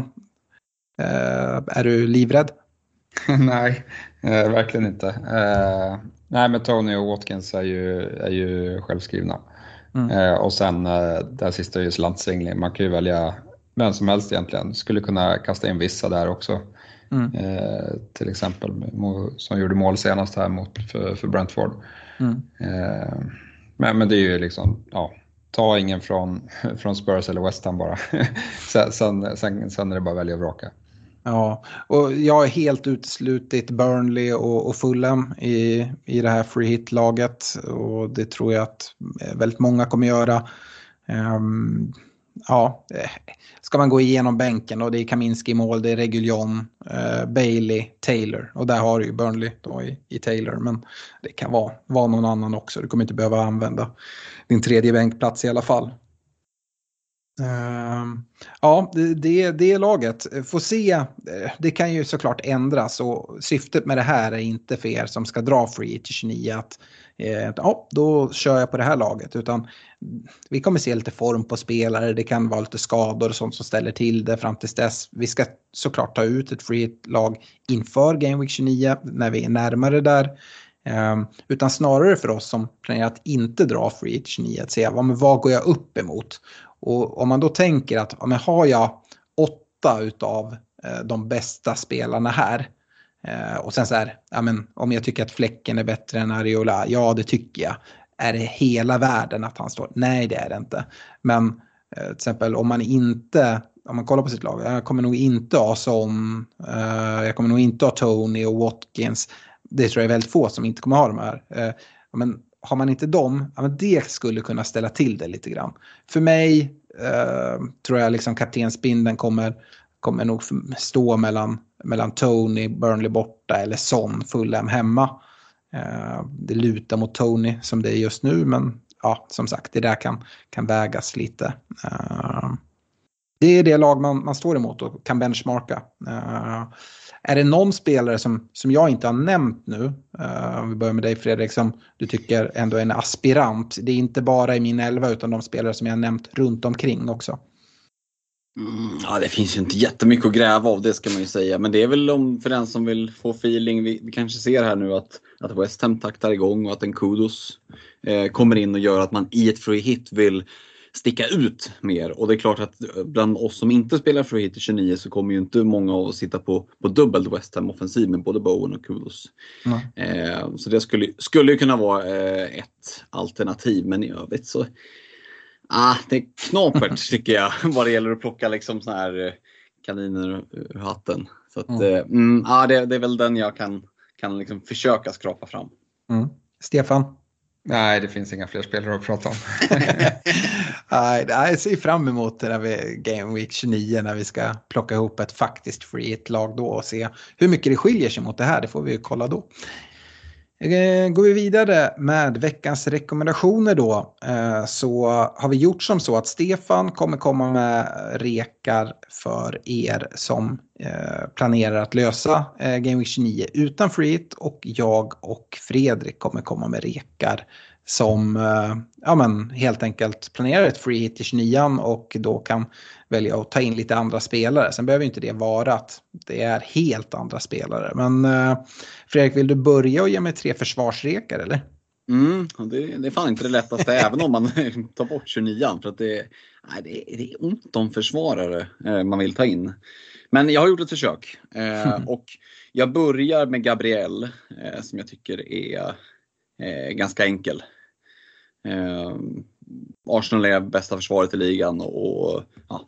uh, är du livrädd? Nej, eh, verkligen inte. Eh, nej, men Toney och Watkins är ju, är ju självskrivna. Mm. Eh, och sen eh, det här sista är ju slantsingling. Man kan ju välja vem som helst egentligen. Skulle kunna kasta in vissa där också. Mm. Eh, till exempel som gjorde mål senast här mot, för, för Brentford. Mm. Eh, men, men det är ju liksom, ja, ta ingen från, från Spurs eller West Ham bara. sen, sen, sen, sen är det bara att välja och vraka. Ja, och jag har helt uteslutit Burnley och, och Fulham i, i det här free hit-laget. Och det tror jag att väldigt många kommer göra. Um, ja, ska man gå igenom bänken då, det är Kaminski i mål, det är Reguilon, uh, Bailey, Taylor. Och där har du ju Burnley då i, i Taylor. Men det kan vara, vara någon annan också. Du kommer inte behöva använda din tredje bänkplats i alla fall. Uh, ja, det, det, det är laget. Får se, det kan ju såklart ändras och syftet med det här är inte för er som ska dra free till tjugonio att eh, ja, då kör jag på det här laget, utan vi kommer se lite form på spelare, det kan vara lite skador och sånt som ställer till det fram tills dess. Vi ska såklart ta ut ett free lag inför Game Week tjugonio när vi är närmare där. Um, utan snarare för oss som planerar att inte dra free till tjugonio att se vad, men vad går jag upp emot. Och om man då tänker att ja, men har jag åtta utav eh, de bästa spelarna här eh, och sen så här, ja, men om jag tycker att Fläcken är bättre än Areola, ja det tycker jag. Är det hela världen att han står? Nej, det är det inte. Men eh, till exempel om man inte, om man kollar på sitt lag, jag kommer nog inte ha som, eh, jag kommer nog inte ha Tony och Watkins. Det tror jag är väldigt få som inte kommer ha de här. Eh, men har man inte dem, ja, men det skulle kunna ställa till det lite grann. För mig eh, tror jag liksom kaptensbindeln kommer, kommer nog stå mellan, mellan Tony, Burnley borta eller Son, Fulham hemma. Eh, det lutar mot Tony som det är just nu, men ja, som sagt, det där kan, kan vägas lite. Eh, det är det lag man, man står emot och kan benchmarka. Eh, Är det någon spelare som, som jag inte har nämnt nu, uh, om vi börjar med dig Fredrik, som du tycker ändå är en aspirant? Det är inte bara i min elva utan de spelare som jag har nämnt runt omkring också. Mm, ja, det finns ju inte jättemycket att gräva av, det ska man ju säga. Men det är väl om, för den som vill få feeling, vi, vi kanske ser här nu att, att West Ham taktar igång och att en Kudos eh, kommer in och gör att man i ett free hit vill sticka ut mer. Och det är klart att bland oss som inte spelar free hit i tjugonio så kommer ju inte många av att sitta på, på dubbelt West Ham offensiv med både Bowen och Kudos. Mm. Eh, så det skulle, skulle ju kunna vara eh, ett alternativ, men i övrigt så ah, det är knapert tycker jag vad det gäller att plocka liksom såna här eh, kaniner ur hatten. Så att, mm. Eh, mm, ah, det, det är väl den jag kan, kan liksom försöka skrapa fram. Mm. Stefan? Nej, det finns inga fler spelare att prata om. Nej, jag ser fram emot det när vi Game Week tjugonio när vi ska plocka ihop ett faktiskt free hit-lag då och se hur mycket det skiljer sig mot det här. Det får vi kolla då. Går vi vidare med veckans rekommendationer då, så har vi gjort som så att Stefan kommer komma med rekar för er som planerar att lösa Game Week tjugonio utan free hit, och jag och Fredrik kommer komma med rekar som ja, men helt enkelt planerar ett free hit i tjugonio och då kan välja att ta in lite andra spelare. Sen behöver inte det vara att det är helt andra spelare. Men uh, Fredrik, vill du börja och ge mig tre försvarsrekar eller? Mm, det, det är fan inte det lättaste även om man tar bort tjugonio, för att det, nej, det, det är ont om försvarare eh, man vill ta in. Men jag har gjort ett försök eh, och jag börjar med Gabriel eh, som jag tycker är eh, ganska enkel. Eh, Arsenal är bästa försvaret i ligan och, och ja,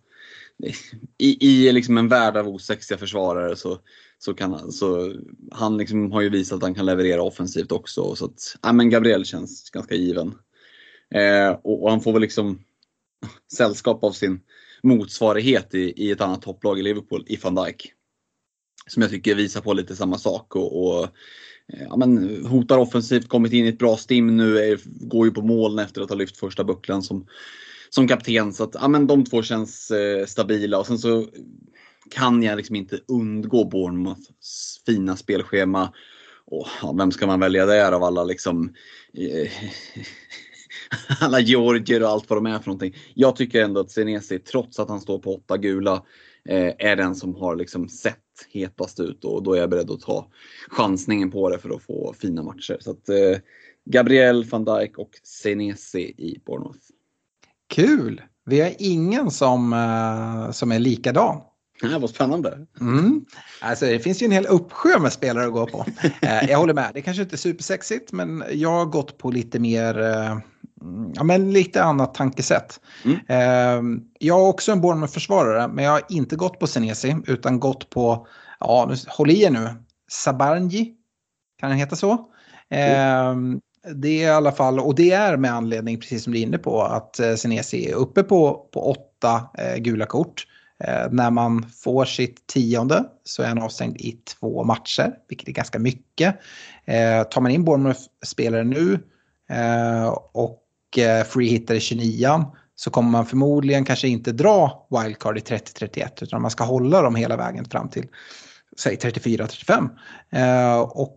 i, i liksom en värld av osexiga försvarare så, så kan han, så han liksom har ju visat att han kan leverera offensivt också, så att ja, men Gabriel känns ganska given. Eh, och, och han får väl liksom sällskap av sin motsvarighet i, i ett annat topplag i Liverpool, i Van Dijk, som jag tycker visar på lite samma sak och, och ja, men hotar offensivt, kommit in i ett bra stim nu, är, går ju på målen efter att ha lyft första bucklan som, som kapten, så att ja, men de två känns eh, stabila. Och sen så kan jag liksom inte undgå Bournemouths fina spelschema, och ja, vem ska man välja där av alla liksom eh, alla Georgier och allt vad de är för någonting. Jag tycker ändå att Senesi, trots att han står på åtta gula, eh, är den som har liksom sett hetast ut, och då är jag beredd att ta chansningen på det för att få fina matcher. Så att eh, Gabriel, Van Dijk och Senesi i Bournemouth. Kul! Vi har ingen som, uh, som är likadan. Det var spännande. Mm. Alltså, det finns ju en hel uppsjö med spelare att gå på. uh, jag håller med, det kanske inte är supersexigt, men jag har gått på lite mer uh, ja, men lite annat tankesätt. Mm. Eh, jag har också en Bournemouth-försvarare, men jag har inte gått på Senesi utan gått på, ja, nu, håll i er nu, Sabarnji, kan den heta så? Eh, mm. Det är i alla fall, och det är med anledning, precis som du är inne på, att eh, Senesi är uppe på, på åtta eh, gula kort. Eh, när man får sitt tionde så är han avstängd i två matcher, vilket är ganska mycket. Eh, tar man in Bournemouth-spelare nu eh, och eh, free-hitter i tjugonio så kommer man förmodligen kanske inte dra wildcard i trettio trettioett utan man ska hålla dem hela vägen fram till, säg trettiofyra trettiofem. Eh, och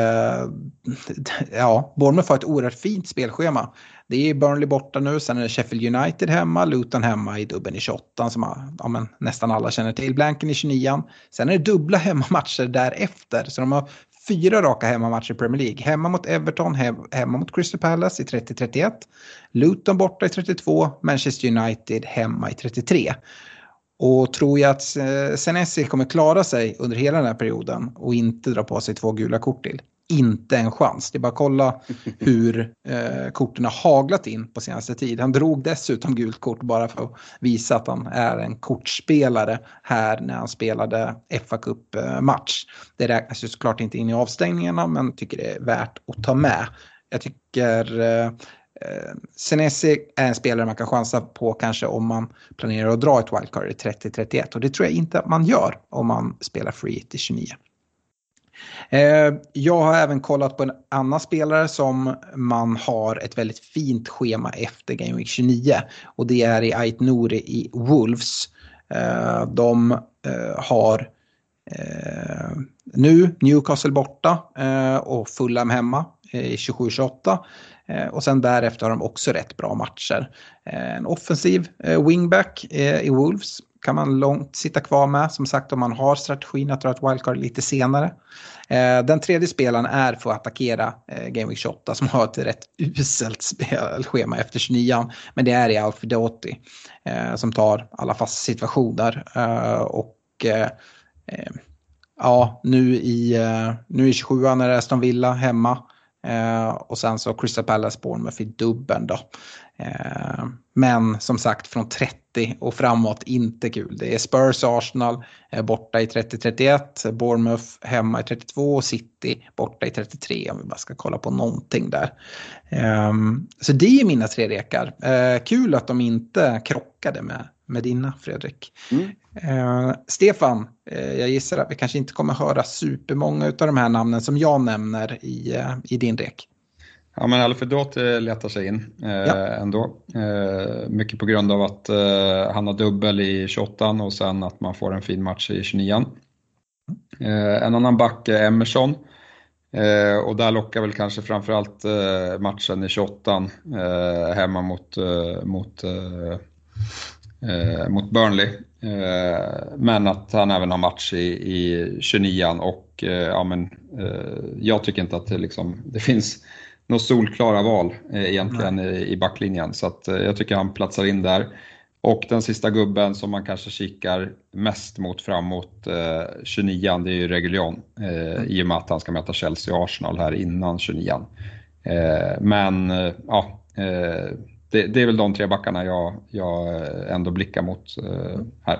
ja, Bournemouth har ett oerhört fint spelschema. Det är Burnley borta nu, sen är det Sheffield United hemma, Luton hemma i dubben i tjugoåtta som har, ja, men nästan alla känner till, blanken i tjugonio. Sen är det dubbla hemmamatcher därefter, så de har fyra raka hemmamatcher i Premier League. Hemma mot Everton, he- hemma mot Crystal Palace i trettio trettioett, Luton borta i trettiotvå, Manchester United hemma i trettiotre. Och tror jag att Senesi kommer klara sig under hela den här perioden och inte dra på sig två gula kort till? Inte en chans. Det är bara att kolla hur eh, korten har haglat in på senaste tid. Han drog dessutom gult kort bara för att visa att han är en kortspelare här när han spelade F A Cup-match. Det räknas ju såklart inte in i avstängningarna, men tycker det är värt att ta med. Jag tycker... Eh, Eh, Senesi är en spelare man kan chansa på kanske om man planerar att dra ett wildcard i trettio trettioett, och det tror jag inte att man gör om man spelar free till tjugonio. Eh, jag har även kollat på en annan spelare som man har ett väldigt fint schema efter Game Week tjugonio, och det är i Ait Nouri i Wolves. Eh, de eh, har eh, nu Newcastle borta eh, och Fulham hemma i tjugosju tjugoåtta. Och sen därefter har de också rätt bra matcher. En offensiv wingback i Wolves kan man långt sitta kvar med. Som sagt, om man har strategin att dra ett wildcard lite senare. Den tredje spelaren är för att attackera Game Week tjugoåtta som har ett rätt uselt spelschema efter tjugonio. Men det är i Alfredotti som tar alla fasta situationer. Och ja, nu i, nu i tjugosju när det är Aston Villa hemma. Uh, och sen så Crystal Palace Bournemouth i dubben då. Uh, men som sagt från trettio och framåt inte kul. Det är Spurs Arsenal uh, borta i trettio trettioett, Bournemouth hemma i trettiotvå och City borta i trettiotre om vi bara ska kolla på någonting där. Um, så det är mina tre rekar. Uh, kul att de inte krockade med, med dina, Fredrik. Mm. Uh, Stefan, uh, jag gissar att vi kanske inte kommer höra supermånga av de här namnen som jag nämner i, uh, i din rek. Ja, men Alfredotti letar sig in uh, ja. ändå. Uh, mycket på grund av att uh, han har dubbel i tjugoåtta och sen att man får en fin match i tjugonio. Uh, en annan back är Emerson. Uh, och där lockar väl kanske framförallt uh, matchen i tjugoåtta uh, hemma mot... Uh, mot uh, Eh, mot Burnley, eh, men att han även har match i, i tjugonio och eh, ja, men, eh, jag tycker inte att det, liksom, det finns några solklara val eh, egentligen i, i backlinjen, så att, eh, jag tycker han platsar in där. Och den sista gubben som man kanske kikar mest mot framåt eh, tjugonio, det är ju Reguilón, eh, mm. i och med att han ska möta Chelsea och Arsenal här innan tjugonio. Eh, men eh, ja eh, Det, det är väl de tre backarna jag, jag ändå blickar mot uh, här.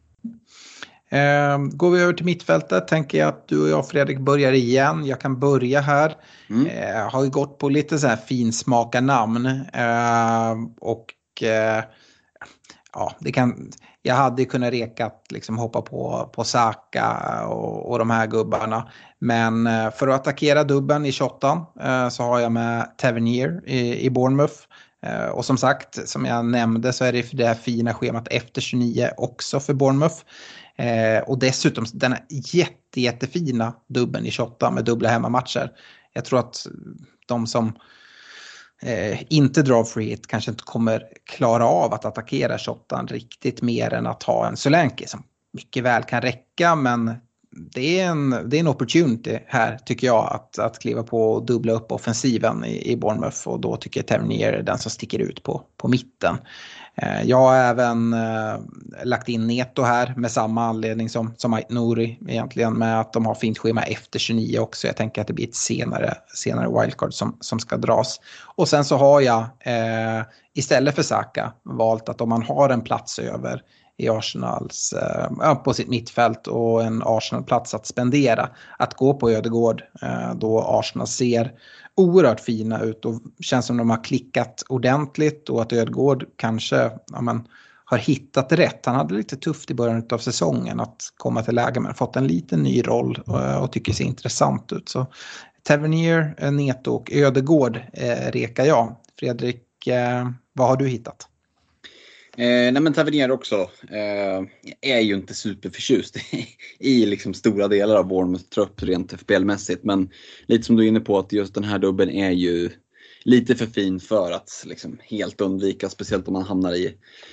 Eh, går vi över till mittfältet tänker jag att du och jag, Fredrik, börjar igen. Jag kan börja här. Mm. Eh, har ju gått på lite så här finsmaka namn. Eh, och eh, ja, det kan... Jag hade kunnat reka att liksom hoppa på, på Saka och, och de här gubbarna. Men eh, för att attackera dubben i tjugoåtta eh, så har jag med Tavernier i, i Bournemouth. Uh, och som sagt, som jag nämnde så är det det här fina schemat efter tjugonio också för Bournemouth. Uh, och dessutom den här jätte, jättefina dubben i tjugoåtta med dubbla hemmamatcher. Jag tror att de som uh, inte drar free hit kanske inte kommer klara av att attackera tjugoåtta riktigt mer än att ha en Solanke som mycket väl kan räcka, men det är en, det är en opportunity här tycker jag att, att kliva på och dubbla upp offensiven i, i Bournemouth, och då tycker jag Tavernier är den som sticker ut på, på mitten. Eh, jag har även eh, lagt in Neto här med samma anledning som, som Ait Nouri egentligen, med att de har fint schema efter tjugonio också. Jag tänker att det blir ett senare, senare wildcard som, som ska dras. Och sen så har jag eh, istället för Saka valt att om man har en plats över i Arsenals, eh, på sitt mittfält och en Arsenal-plats att spendera, att gå på Ödegård eh, då Arsenal ser oerhört fina ut och känns som de har klickat ordentligt, och att Ödegård kanske ja, men, har hittat rätt. Han hade lite tufft i början av säsongen att komma till läge, men fått en liten ny roll och, och tycker ser intressant ut. Så Tavernier, Neto och Ödegård eh, rekar jag. Fredrik, eh, vad har du hittat? Eh, nej men Tavernier också eh, är ju inte superförtjust i liksom stora delar av Bournemouths trupp rent F P L-mässigt, men lite som du är inne på att just den här dubben är ju lite för fin för att liksom helt undvika, speciellt om man hamnar i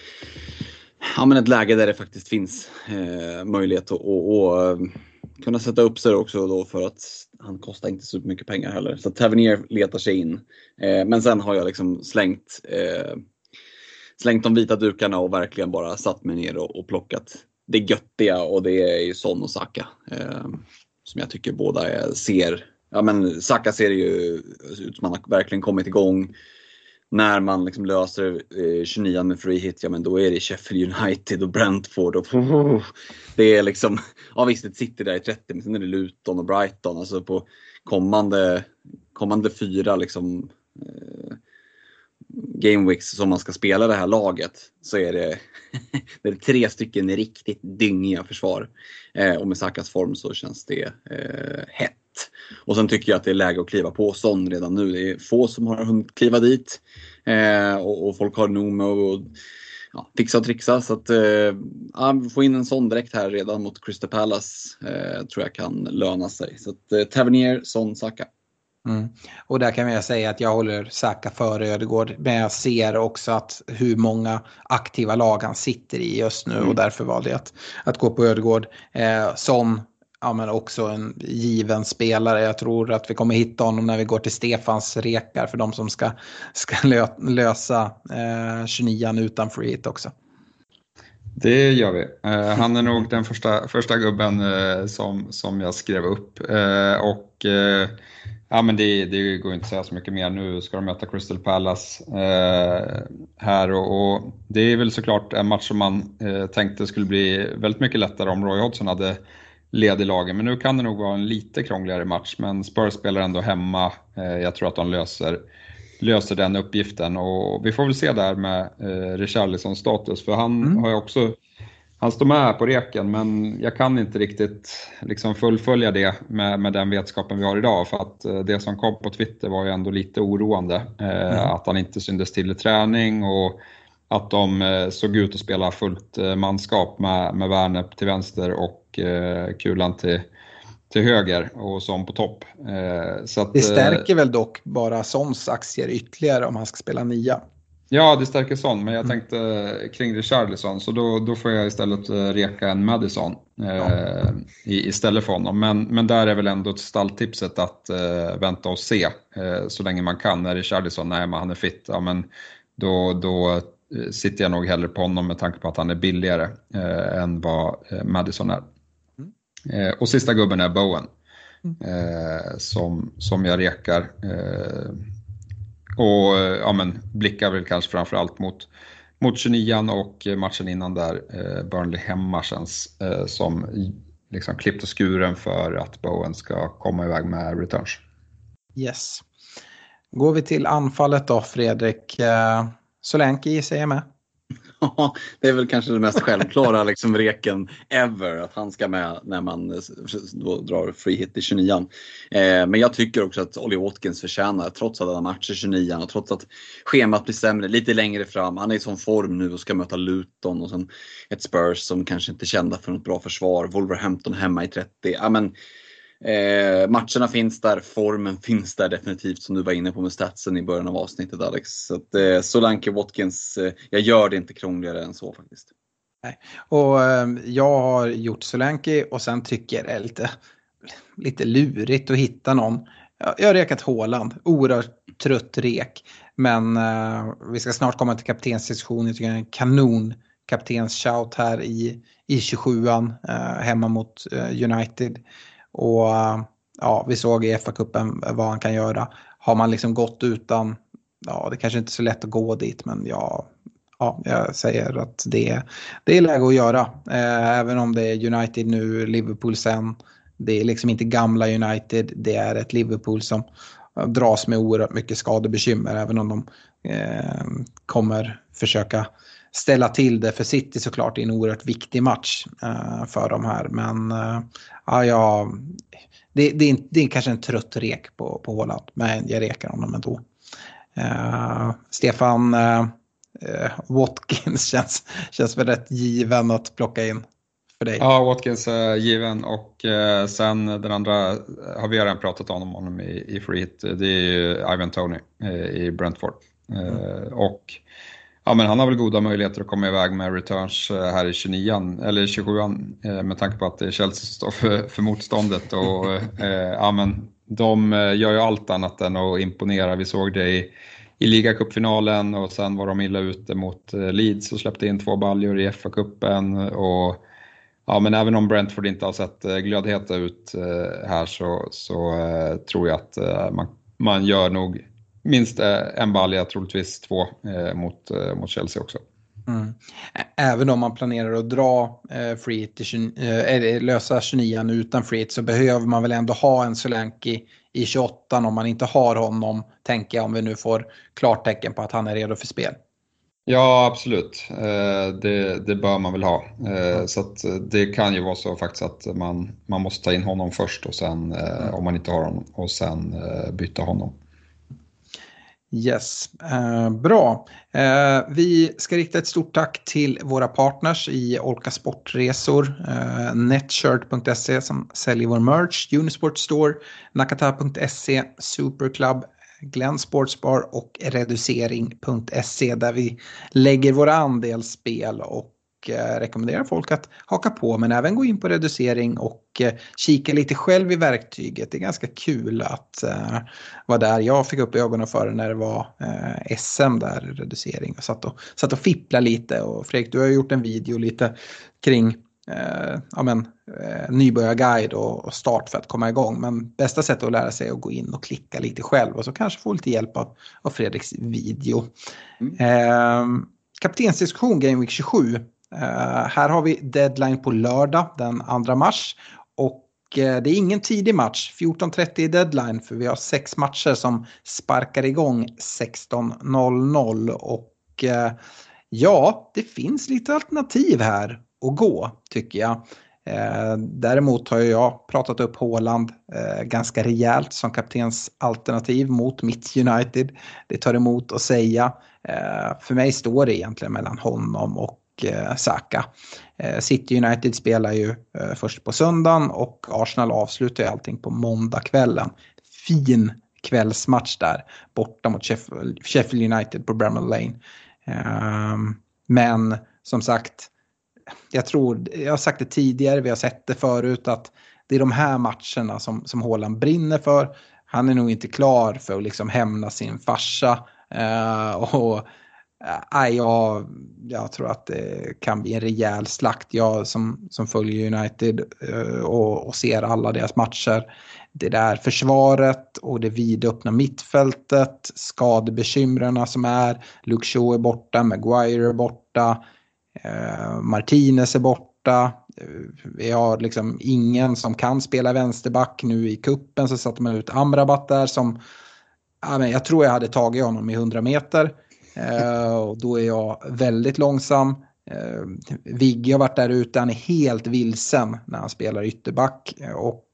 ja, men ett läge där det faktiskt finns eh, möjlighet att och, och, kunna sätta upp sig också då, för att han kostar inte så mycket pengar heller. Så Tavernier letar sig in, eh, men sen har jag liksom slängt eh, slängt de vita dukarna och verkligen bara satt mig ner och, och plockat det göttiga, och det är ju Son och Saka eh, som jag tycker båda är, ser, ja men Saka ser ju ut som han har verkligen kommit igång. När man liksom löser eh, tjugonio med free hit, ja men då är det Sheffield United och Brentford och oh, det är liksom, ja visst det sitter där i trettio, men sen är det Luton och Brighton, alltså på kommande kommande fyra liksom eh, gameweeks som man ska spela det här laget, så är det, det är tre stycken riktigt dyngiga försvar. Eh, och med Sakas form så känns det eh, hett. Och sen tycker jag att det är läge att kliva på Son redan nu. Det är få som har hunnit kliva dit. Eh, och, och folk har nog med att ja, fixa och trixa. Så att eh, få in en Son direkt här redan mot Crystal Palace eh, tror jag kan löna sig. Så att eh, Tavernier, Son, Saka. Mm. Och där kan jag säga att jag håller Saka före Ödegård, men jag ser också att hur många aktiva lag han sitter i just nu, mm. och därför valde jag att, att gå på Ödegård. Eh, som ja, men också en given spelare. Jag tror att vi kommer hitta honom när vi går till Stefans rekar för de som ska, ska lö- lösa eh, tjugonio utan free hit också. Det gör vi. Eh, han är nog den första, första gubben eh, som, som jag skrev upp. Eh, och eh, ja, men det, det går inte att säga så mycket mer. Nu ska de möta Crystal Palace eh, här. Och, och det är väl såklart en match som man eh, tänkte skulle bli väldigt mycket lättare om Roy Hodgson hade led i lagen. Men nu kan det nog vara en lite krångligare match. Men Spurs spelar ändå hemma. Eh, jag tror att de löser... löser den uppgiften, och vi får väl se där med eh, Richarlisons status, för han mm. har ju också, han står med på reken, men jag kan inte riktigt liksom fullfölja det med, med den vetskapen vi har idag, för att eh, det som kom på Twitter var ju ändå lite oroande, eh, mm. att han inte syndes till i träning och att de eh, såg ut att spela fullt eh, manskap med, med Werner till vänster och eh, Kulan till till höger och som på topp. Eh, så att, det stärker väl dock bara Sons aktier ytterligare om han ska spela nia. Ja, det stärker Son, men jag mm. tänkte kring Richarlison, så då, då får jag istället reka en Maddison eh, ja. i, istället för honom. Men, men där är väl ändå ett stalltipset att eh, vänta och se eh, så länge man kan. När Richarlison, nej men han är fit, ja, men då, då sitter jag nog hellre på honom med tanke på att han är billigare eh, än vad eh, Maddison är. Eh, och sista gubben är Bowen eh, som, som jag rekar eh, och ja, men blickar väl kanske framförallt mot, mot tjugonio och matchen innan där eh, Burnley hemma känns eh, som liksom klippt och skuren för att Bowen ska komma iväg med returns. Yes. Går vi till anfallet då, Fredrik? eh, Solanke säger jag med. Ja, det är väl kanske det mest självklara liksom reken ever, att han ska med när man då drar free hit i tjugonio. Eh, men jag tycker också att Ollie Watkins förtjänar, trots att han har matcher tjugonio och trots att schemat blir sämre lite längre fram. Han är i sån form nu och ska möta Luton och sen ett Spurs som kanske inte är kända för något bra försvar. Wolverhampton hemma i trettio. Ja, men Eh, matcherna finns där, formen finns där definitivt, som du var inne på med statsen i början av avsnittet, Alex. Så att eh, Solanke, Watkins, eh, jag gör det inte krångligare än så faktiskt. Nej. Och eh, jag har gjort Solanke och sen tycker jag det är lite, lite lurigt att hitta någon. Jag, jag har rekat Haaland, oerhört trött rek. Men uh, vi ska snart komma till kaptenssektionen. Jag tycker det är en kanon kaptens-shout här i, i tjugosjuan uh, hemma mot uh, United. Och uh, ja, vi såg i F A-cupen vad han kan göra. Har man liksom gått utan, ja det kanske inte är så lätt att gå dit, men ja, ja jag säger att det, det är läge att göra. Uh, även om det är United nu, Liverpool sen. Det är liksom inte gamla United, det är ett Liverpool som dras med oerhört mycket skadebekymmer, även om de eh, kommer försöka ställa till det för City såklart i en oerhört viktig match eh, för de här. Men eh, ja, ja, det, det, är, det är kanske en trött rek på, på Haaland, men jag rekar honom ändå. Eh, Stefan eh, Watkins känns, känns väl rätt given att plocka in. Dig. Ja, Watkins är given och eh, sen den andra har vi redan pratat om honom i, i free hit. Det är ju Ivan Toney eh, i Brentford. Eh, mm. Och ja, men han har väl goda möjligheter att komma iväg med returns eh, här i tjugonioan eller tjugosjuan eh, med tanke på att det är Chelsea som står för, för motståndet. Och eh, ja, men de gör ju allt annat än att imponera. Vi såg det i i ligacupfinalen och sen var de illa ute mot eh, Leeds och släppte in två baljor i F A-cupen och ja, men även om Brentford inte har sett glödheta ut eh, här så, så eh, tror jag att eh, man, man gör nog minst eh, en balja, troligtvis två eh, mot, eh, mot Chelsea också. Mm. Även om man planerar att dra eh, free hit till, eh, lösa tjugonioan utan free hit, så behöver man väl ändå ha en Solanke i tjugoåttan om man inte har honom, tänker jag, om vi nu får klartecken på att han är redo för spel. Ja, absolut. Det, det bör man väl ha. Så att det kan ju vara så faktiskt att man, man måste ta in honom först och sen, om man inte har honom, och sen byta honom. Yes, eh, bra. Eh, vi ska rikta ett stort tack till våra partners i Olka Sportresor, eh, Netshirt punkt se som säljer vår merch, Unisport Store, Nakata punkt se, Superclub, Glenn Sportsbar och reducering punkt se där vi lägger våra andelsspel och eh, rekommenderar folk att haka på, men även gå in på reducering och eh, kika lite själv i verktyget. Det är ganska kul att eh, vara där. Jag fick upp ögonen för det när det var eh, S M där, reducering, och satt och, satt och fippla lite. Och Fredrik, du har gjort en video lite kring Eh, ja, men, eh, nybörjarguide och, och start för att komma igång, men bästa sättet att lära sig är att gå in och klicka lite själv och så kanske få lite hjälp av, av Fredriks video. Mm. eh, Kaptensdiskussion Game Week tjugosju, eh, här har vi deadline på lördag den andra mars och eh, det är ingen tidig match, fjorton trettio deadline, för vi har sex matcher som sparkar igång sexton noll noll och eh, ja, det finns lite alternativ här att gå, tycker jag. Eh, däremot har jag pratat upp Haaland eh, ganska rejält som kaptensalternativ mot mitt United. Det tar emot att säga. Eh, för mig står det egentligen mellan honom och eh, Saka. Eh, City United spelar ju eh, först på söndagen och Arsenal avslutar ju allting på måndagskvällen. Fin kvällsmatch där borta mot Sheffield, Sheffield United på Bramall Lane. Eh, men som sagt, jag tror, jag har sagt det tidigare, vi har sett det förut, att det är de här matcherna som, som Haaland brinner för. Han är nog inte klar för att liksom hämna sin farsa. Uh, och uh, jag, jag tror att det kan bli en rejäl slakt. Jag som, som följer United uh, och, och ser alla deras matcher. Det där försvaret och det vidöppna mittfältet, skadebekymrarna som är. Luke Shaw är borta, Maguire är borta. Uh, Martinez är borta. Uh, vi har liksom ingen som kan spela vänsterback. Nu i kuppen så satte man ut Amrabat där som uh, men jag tror jag hade tagit honom i hundra meter uh, och då är jag väldigt långsam. uh, Vigge har varit där ute, han är helt vilsen när han spelar ytterback uh, och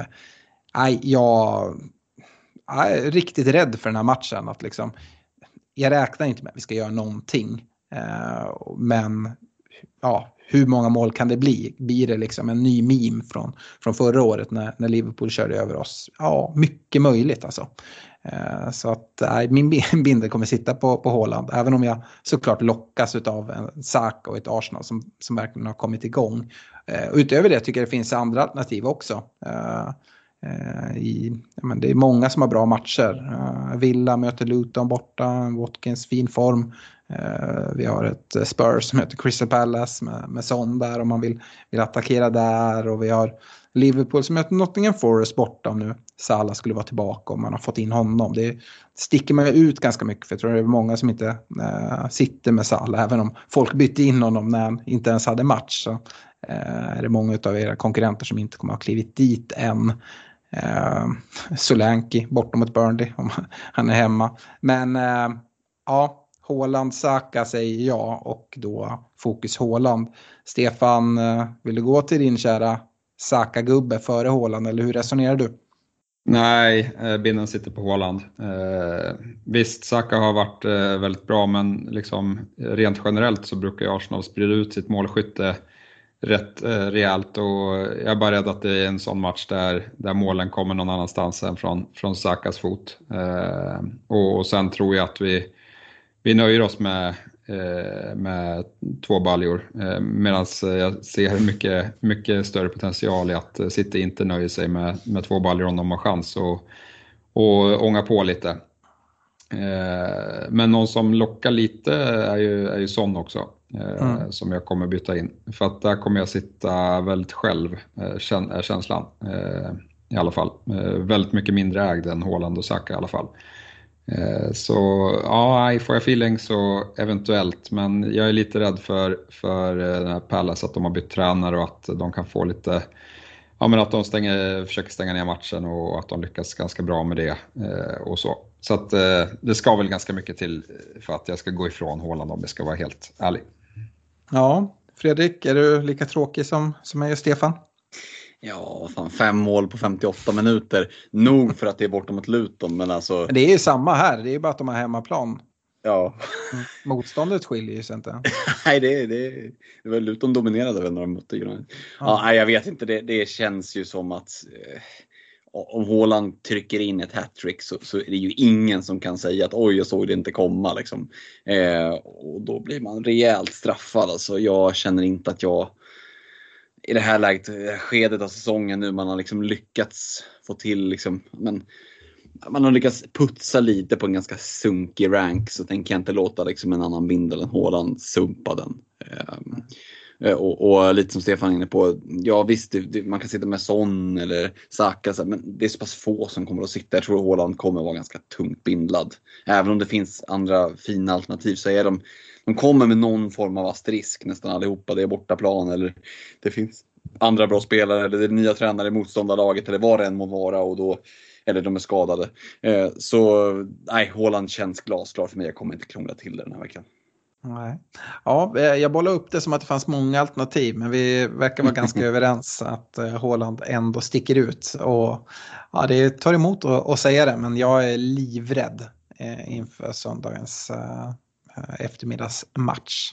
uh, jag, jag är riktigt rädd för den här matchen, att liksom, jag räknar inte med att vi ska göra någonting. Uh, men ja, hur många mål kan det bli? Blir det liksom en ny meme från, från förra året när, när Liverpool körde över oss? Ja, mycket möjligt alltså. Uh, så att uh, min bindel kommer sitta på, på Haaland, även om jag såklart lockas av en Saka och ett Arsenal som, som verkligen har kommit igång. Uh, utöver det tycker jag det finns andra alternativ också. Uh, eh, i, ja, men det är många som har bra matcher. Eh, Villa möter Luton borta, Watkins fin form. Eh, vi har ett Spurs som heter Crystal Palace med, med Son där om man vill, vill attackera där, och vi har Liverpool som möter Nottingham Forest borta om nu Salah skulle vara tillbaka och man har fått in honom. Det sticker man ut ganska mycket, för jag tror det är många som inte äh, sitter med Salah, även om folk bytte in honom när han inte ens hade match. Så äh, är det många av era konkurrenter som inte kommer att ha klivit dit än. Äh, Solanke bortom mot Burnley om han är hemma. Men äh, ja, Haaland, Saka säger ja, och då fokus Haaland. Stefan, äh, vill du gå till din kära Saka-gubbe före Haaland, eller hur resonerar du? Nej, eh, binden sitter på Haaland. Eh, visst, Saka har varit eh, väldigt bra, men liksom, rent generellt så brukar Arsenal sprida ut sitt målskytte rätt eh, rejält, och jag är bara rädd att det är en sån match där, där målen kommer någon annanstans än från, från Sakas fot. Eh, och, och sen tror jag att vi, vi nöjer oss med med två baljor, medan jag ser mycket, mycket större potential i att City inte nöjer sig med, med två baljor om de har chans och, och ånga på lite. Men någon som lockar lite är ju, är ju Son också, mm. som jag kommer byta in, för att där kommer jag sitta väldigt själv, är känslan i alla fall, väldigt mycket mindre ägd än Haaland och Saka i alla fall. Så ja, får jag feeling så eventuellt, men jag är lite rädd för, för den här Palace, att de har bytt tränare och att de kan få lite, ja, men att de stänger, försöker stänga ner matchen och att de lyckas ganska bra med det och så. Så att det ska väl ganska mycket till för att jag ska gå ifrån Haaland, om jag ska vara helt ärlig. Ja, Fredrik, är du lika tråkig som, som jag är, Stefan? Ja, fan, fem mål på femtioåtta minuter. Nog för att det är bortom ett Luton, men alltså... Det är ju samma här, det är ju bara att de har hemmaplan. Ja. Mm. Motståndet skiljer ju sig inte. Nej, det, det, det var Luton dominerade väl när de mötte United. Ja. Ja, nej, jag vet inte, det, det känns ju som att eh, om Haaland trycker in ett hattrick så, så är det ju ingen som kan säga att oj, jag såg det inte komma liksom. Eh, och då blir man rejält straffad. Alltså, jag känner inte att jag i det här läget, skedet av säsongen nu, man har liksom lyckats få till liksom, men man har lyckats putsa lite på en ganska sunkig rank, så tänker jag inte låta liksom en annan bindel än Haaland sumpa den. Um, och, och lite som Stefan är inne på, ja visst, det, det, man kan sitta med Son eller Saka, så, men det är så pass få som kommer att sitta. Jag tror Haaland kommer att vara ganska tungt bindlad. Även om det finns andra fina alternativ, så är de De kommer med någon form av asterisk nästan allihopa. Det är bortaplan, eller det finns andra bra spelare, eller det är nya tränare i motståndarlaget, eller vad det än må vara, och då, eller de är skadade. Eh, så nej, Haaland känns glasklar för mig. Jag kommer inte krångla till det den här veckan. Nej. Ja, jag bollar upp det som att det fanns många alternativ, men vi verkar vara ganska överens att Haaland ändå sticker ut. Och ja, det tar emot att, att säga det, men jag är livrädd eh, inför söndagens eh, eftermiddagsmatch.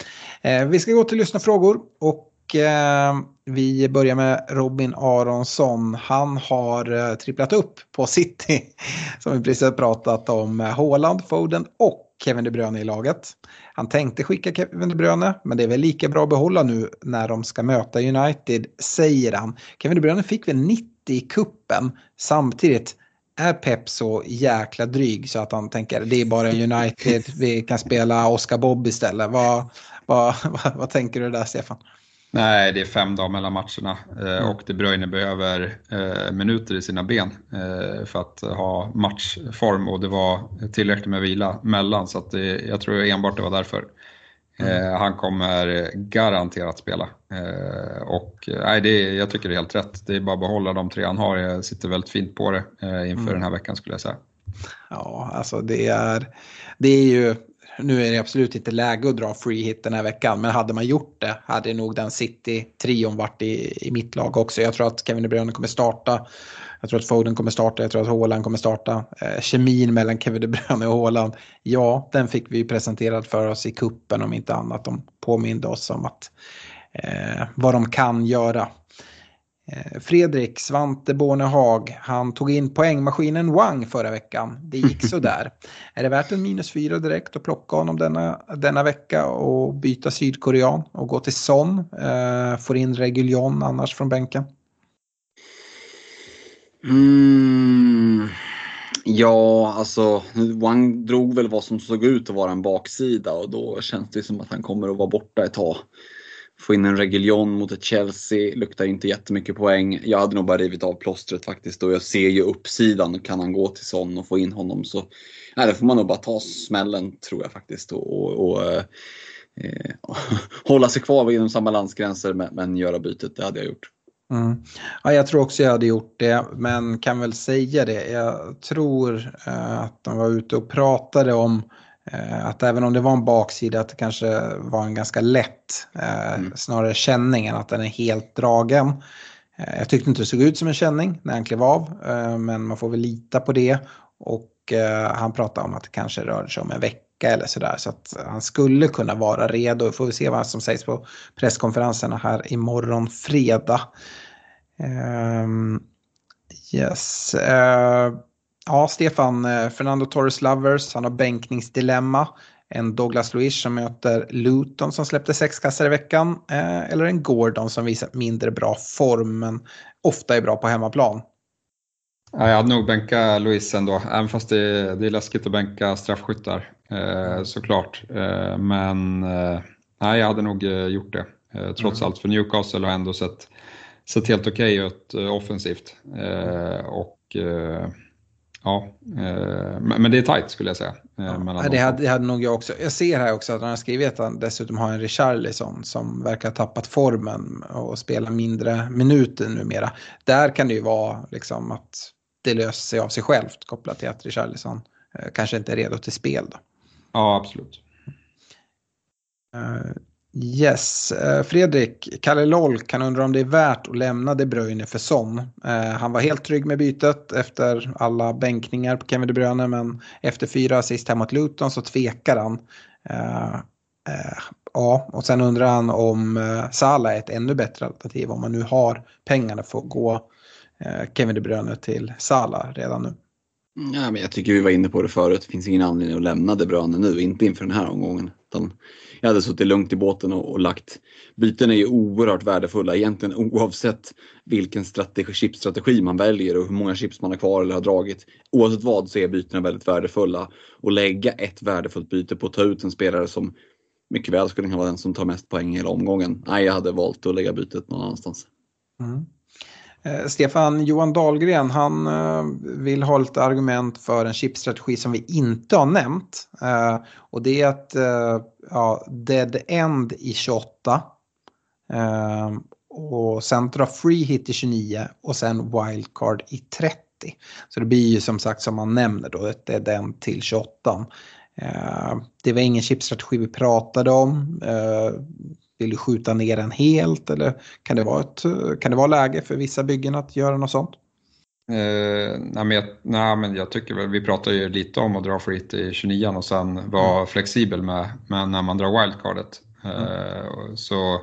Eh, vi ska gå till lyssnarfrågor, och eh, vi börjar med Robin Aronsson. Han har eh, tripplat upp på City, som vi precis har pratat om. Haaland, Foden och Kevin De Bruyne i laget. Han tänkte skicka Kevin De Bruyne, men det är väl lika bra att behålla nu när de ska möta United, säger han. Kevin De Bruyne fick väl nittio i kuppen. Samtidigt är Pep så jäkla dryg så att han tänker det är bara United, vi kan spela Oscar Bob istället. Vad, vad, vad, vad tänker du där, Stefan? Nej, det är fem dagar mellan matcherna eh, och De Bruyne behöver eh, minuter i sina ben eh, för att ha matchform, och det var tillräckligt med vila mellan, så att det, jag tror enbart det var därför. Mm. Eh, han kommer garanterat spela eh, och nej, det är, jag tycker det är helt rätt. Det är bara att behålla de tre han har. Jag sitter väldigt fint på det eh, inför mm. den här veckan, skulle jag säga. Ja, alltså det är, det är ju, nu är det absolut inte läge att dra free hit den här veckan, men hade man gjort det hade nog den City-trion varit i, i mitt lag också. Jag tror att Kevin De Bruyne kommer starta. Jag tror att Foden kommer starta, jag tror att Haaland kommer starta. Eh, kemin mellan Kevin De Bruyne och Haaland, ja, den fick vi presenterad för oss i kuppen, om inte annat. De påminde oss om att eh, vad de kan göra. Eh, Fredrik Svante Bornehag, han tog in poängmaskinen Wang förra veckan. Det gick så där. Är det värt en minus fyra direkt att plocka honom denna, denna vecka och byta sydkorean och gå till Son? Eh, får in Reguljon annars från bänken? Mm, ja, alltså Wang drog väl vad som såg ut att vara en baksida och då känns det som att han kommer att vara borta ett tag. Få in en Reguilón mot ett Chelsea, luktar inte jättemycket poäng. Jag hade nog bara rivit av plåstret faktiskt och jag ser ju uppsidan. Kan han gå till Son och få in honom så nej, det får man nog bara ta smällen tror jag faktiskt och, och, och eh, hålla sig kvar inom samma landsgränser men, men göra bytet, det hade jag gjort. Mm. Ja, jag tror också jag hade gjort det, men kan väl säga det. Jag tror eh, att de var ute och pratade om eh, att även om det var en baksida att det kanske var en ganska lätt eh, mm. snarare känning än att den är helt dragen. Eh, jag tyckte inte det såg ut som en känning när han klev av, eh, men man får väl lita på det. Och eh, han pratade om att det kanske rörde sig om en vecka eller sådär, så att han skulle kunna vara redo. Får vi se vad som sägs på presskonferenserna här imorgon fredag. Um, yes. Uh, ja, Stefan, uh, Fernando Torres Lovers, han har bänkningsdilemma. En Douglas Luiz som möter Luton som släppte sex kassar i veckan, uh, eller en Gordon som visat mindre bra form men ofta är bra på hemmaplan. Ja, jag hade nog bänka Luiz ändå, även fast det, det är läskigt att bänka straffskyttar eh, såklart. Eh, men eh, nej, jag hade nog eh, gjort det. Eh, trots mm. allt för Newcastle har ändå sett, sett helt okej ut eh, offensivt. Eh, och eh, ja, eh, men, men det är tajt skulle jag säga. Eh, ja, det, hade, det hade nog jag också. Jag ser här också att han har skrivit att han dessutom har en Richarlison som verkar ha tappat formen och spelar mindre minuter numera. Där kan det ju vara liksom att det löser sig av sig självt kopplat till att Richarlison eh, kanske inte är redo till spel då. Ja, absolut. Uh, yes. Uh, Fredrik, Kalle Loll kan undra om det är värt att lämna De Bruyne för Son. Uh, han var helt trygg med bytet efter alla bänkningar på Kevin De Bruyne, men efter fyra assist här mot Luton så tvekar han. Uh, uh, ja, och sen undrar han om uh, Salah är ett ännu bättre alternativ om man nu har pengarna för att gå Kevin De Bruyne till Salah redan nu. Ja, men jag tycker vi var inne på det förut. Det finns ingen anledning att lämna De Bruyne nu, inte inför den här omgången. Utan jag hade suttit lugnt i båten och, och lagt. Byten är ju oerhört värdefulla egentligen oavsett vilken strategi, chipstrategi man väljer och hur många chips man har kvar eller har dragit. Oavsett vad så är bytena väldigt värdefulla. Och lägga ett värdefullt byte på att ta ut en spelare som mycket väl skulle kunna vara den som tar mest poäng i hela omgången. Nej, jag hade valt att lägga bytet någon annanstans. Mm. Eh, Stefan, Johan Dahlgren, han eh, vill ha lite argument för en chipstrategi som vi inte har nämnt. Eh, och det är att eh, ja, dead end i tjugoåtta. Eh, och sen dra free hit i tjugonio och sen wildcard i trettio. Så det blir ju som sagt som man nämner då ett dead end till tjugoåtta. Eh, det var ingen chipstrategi vi pratade om. Eh, Vill du skjuta ner den helt eller kan det vara, ett, kan det vara läge för vissa byggen att göra något sånt? Eh, nej, men jag, nej men jag tycker väl, vi pratar ju lite om att dra fritt i tjugonio och sen vara mm. flexibel med, med när man drar wildcardet. Eh, mm. Så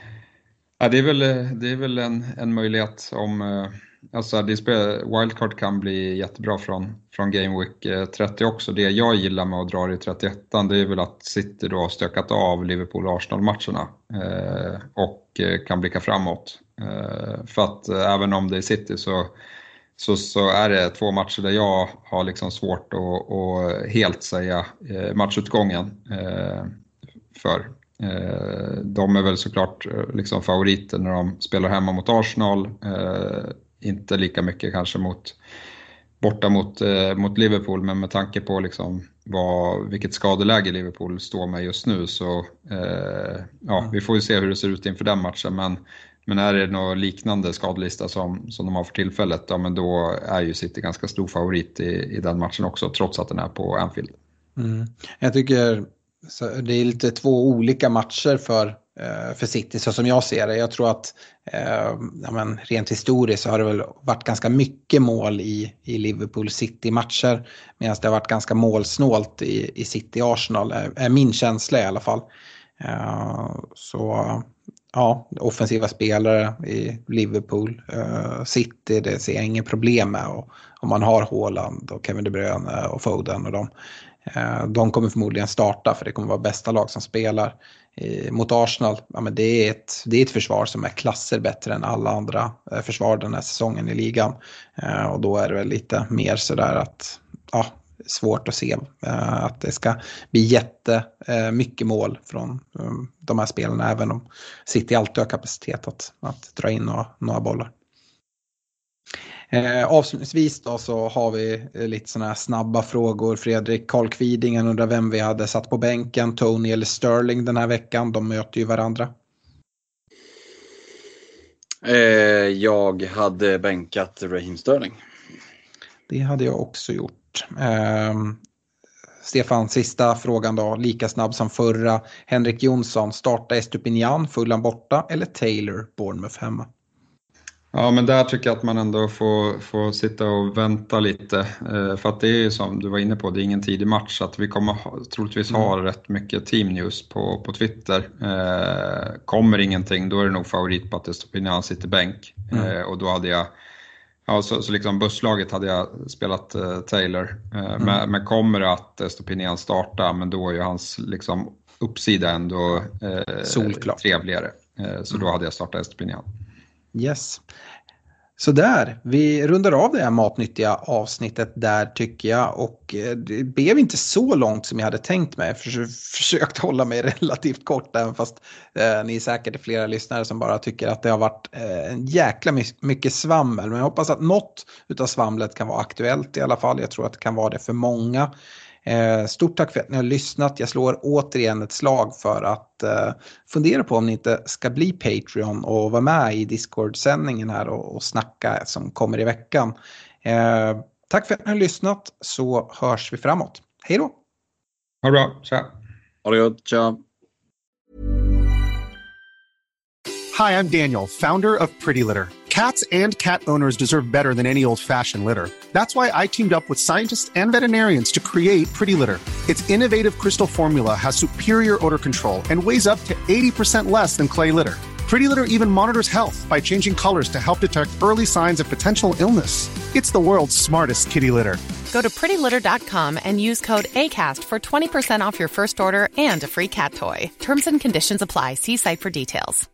ja, det är väl, det är väl en, en möjlighet om eh, alltså det spel, wildcard kan bli jättebra från, från Game Week trettio också. Det jag gillar med att dra i trettioett det är väl att City då har stökat av Liverpool-Arsenal-matcherna eh, och kan blicka framåt. Eh, för att eh, även om det är City så, så, så är det två matcher där jag har liksom svårt att, att helt säga eh, matchutgången eh, för. Eh, de är väl såklart liksom favoriter när de spelar hemma mot Arsenal. Eh, inte lika mycket kanske mot borta mot, eh, mot Liverpool, men med tanke på liksom vad, vilket skadeläge Liverpool står med just nu så eh, ja, vi får ju se hur det ser ut inför den matchen, men, men är det något liknande skadelista som, som de har för tillfället, ja, men då är ju City ganska stor favorit i, i den matchen också, trots att den är på Anfield. Mm. Jag tycker så det är lite två olika matcher för för City så som jag ser det. Jag tror att eh, ja, men rent historiskt så har det väl varit ganska mycket mål i, i Liverpool City-matcher medan det har varit ganska målsnålt i, i City-Arsenal är, är min känsla i alla fall. Eh, så ja, offensiva spelare i Liverpool eh, City, det ser jag ingen problem med, och om man har Haaland och Kevin De Bruyne och Foden och dem, eh, de kommer förmodligen starta för det kommer vara bästa lag som spelar. eh, mot Arsenal, ja, men det, är ett, det är ett försvar som är klasser bättre än alla andra eh, försvar den här säsongen i ligan. Eh, och då är det väl lite mer sådär att, ja, svårt att se eh, att det ska bli jätte eh, mycket mål från um, de här spelarna, även om City alltid har kapacitet att, att dra in några, några bollar. Eh, avslutningsvis då så har vi eh, lite sådana här snabba frågor. Fredrik Karl Kvidingen undrar vem vi hade satt på bänken, Tony eller Sterling den här veckan. De möter ju varandra. Eh, jag hade bänkat Raheem Sterling. Det hade jag också gjort. Eh, Stefan, sista frågan då, lika snabb som förra. Henrik Jonsson, starta Estupinian, Fulham borta eller Taylor, Bournemouth hemma? Ja, men där tycker jag att man ändå får, får sitta och vänta lite. Eh, för att det är ju som du var inne på, det är ingen tidig match. Så att vi kommer ha, troligtvis ha mm. rätt mycket team news på, på Twitter. Eh, kommer ingenting, då är det nog favorit på att Estupinian sitter bänk. Mm. Eh, och då hade jag, ja, så, så liksom busslaget hade jag spelat eh, Taylor. Eh, mm. men, men kommer att Estupinian starta, men då är ju hans liksom, uppsida ändå eh, trevligare. Eh, så mm. då hade jag startat Estupinian. Yes. Så där, vi rundar av det här matnyttiga avsnittet där tycker jag, och det blev inte så långt som jag hade tänkt mig. Jag försökt hålla mig relativt kort, även fast eh, ni är säkert flera lyssnare som bara tycker att det har varit eh, en jäkla mycket svammel. Men jag hoppas att något utav svamlet kan vara aktuellt i alla fall. Jag tror att det kan vara det för många. Eh, stort tack för att ni har lyssnat. Jag slår återigen ett slag för att eh, fundera på om ni inte ska bli Patreon och vara med i Discord-sändningen här och, och snacka som kommer i veckan. Eh, tack för att ni har lyssnat, så hörs vi framåt. Hej då! Ha det bra, tja! Ha det gott, tja! Hi, I'm Daniel, founder of Pretty Litter. Cats and cat owners deserve better than any old-fashioned litter. That's why I teamed up with scientists and veterinarians to create Pretty Litter. Its innovative crystal formula has superior odor control and weighs up to eighty percent less than clay litter. Pretty Litter even monitors health by changing colors to help detect early signs of potential illness. It's the world's smartest kitty litter. Go to pretty litter dot com and use code ACAST for twenty percent off your first order and a free cat toy. Terms and conditions apply. See site for details.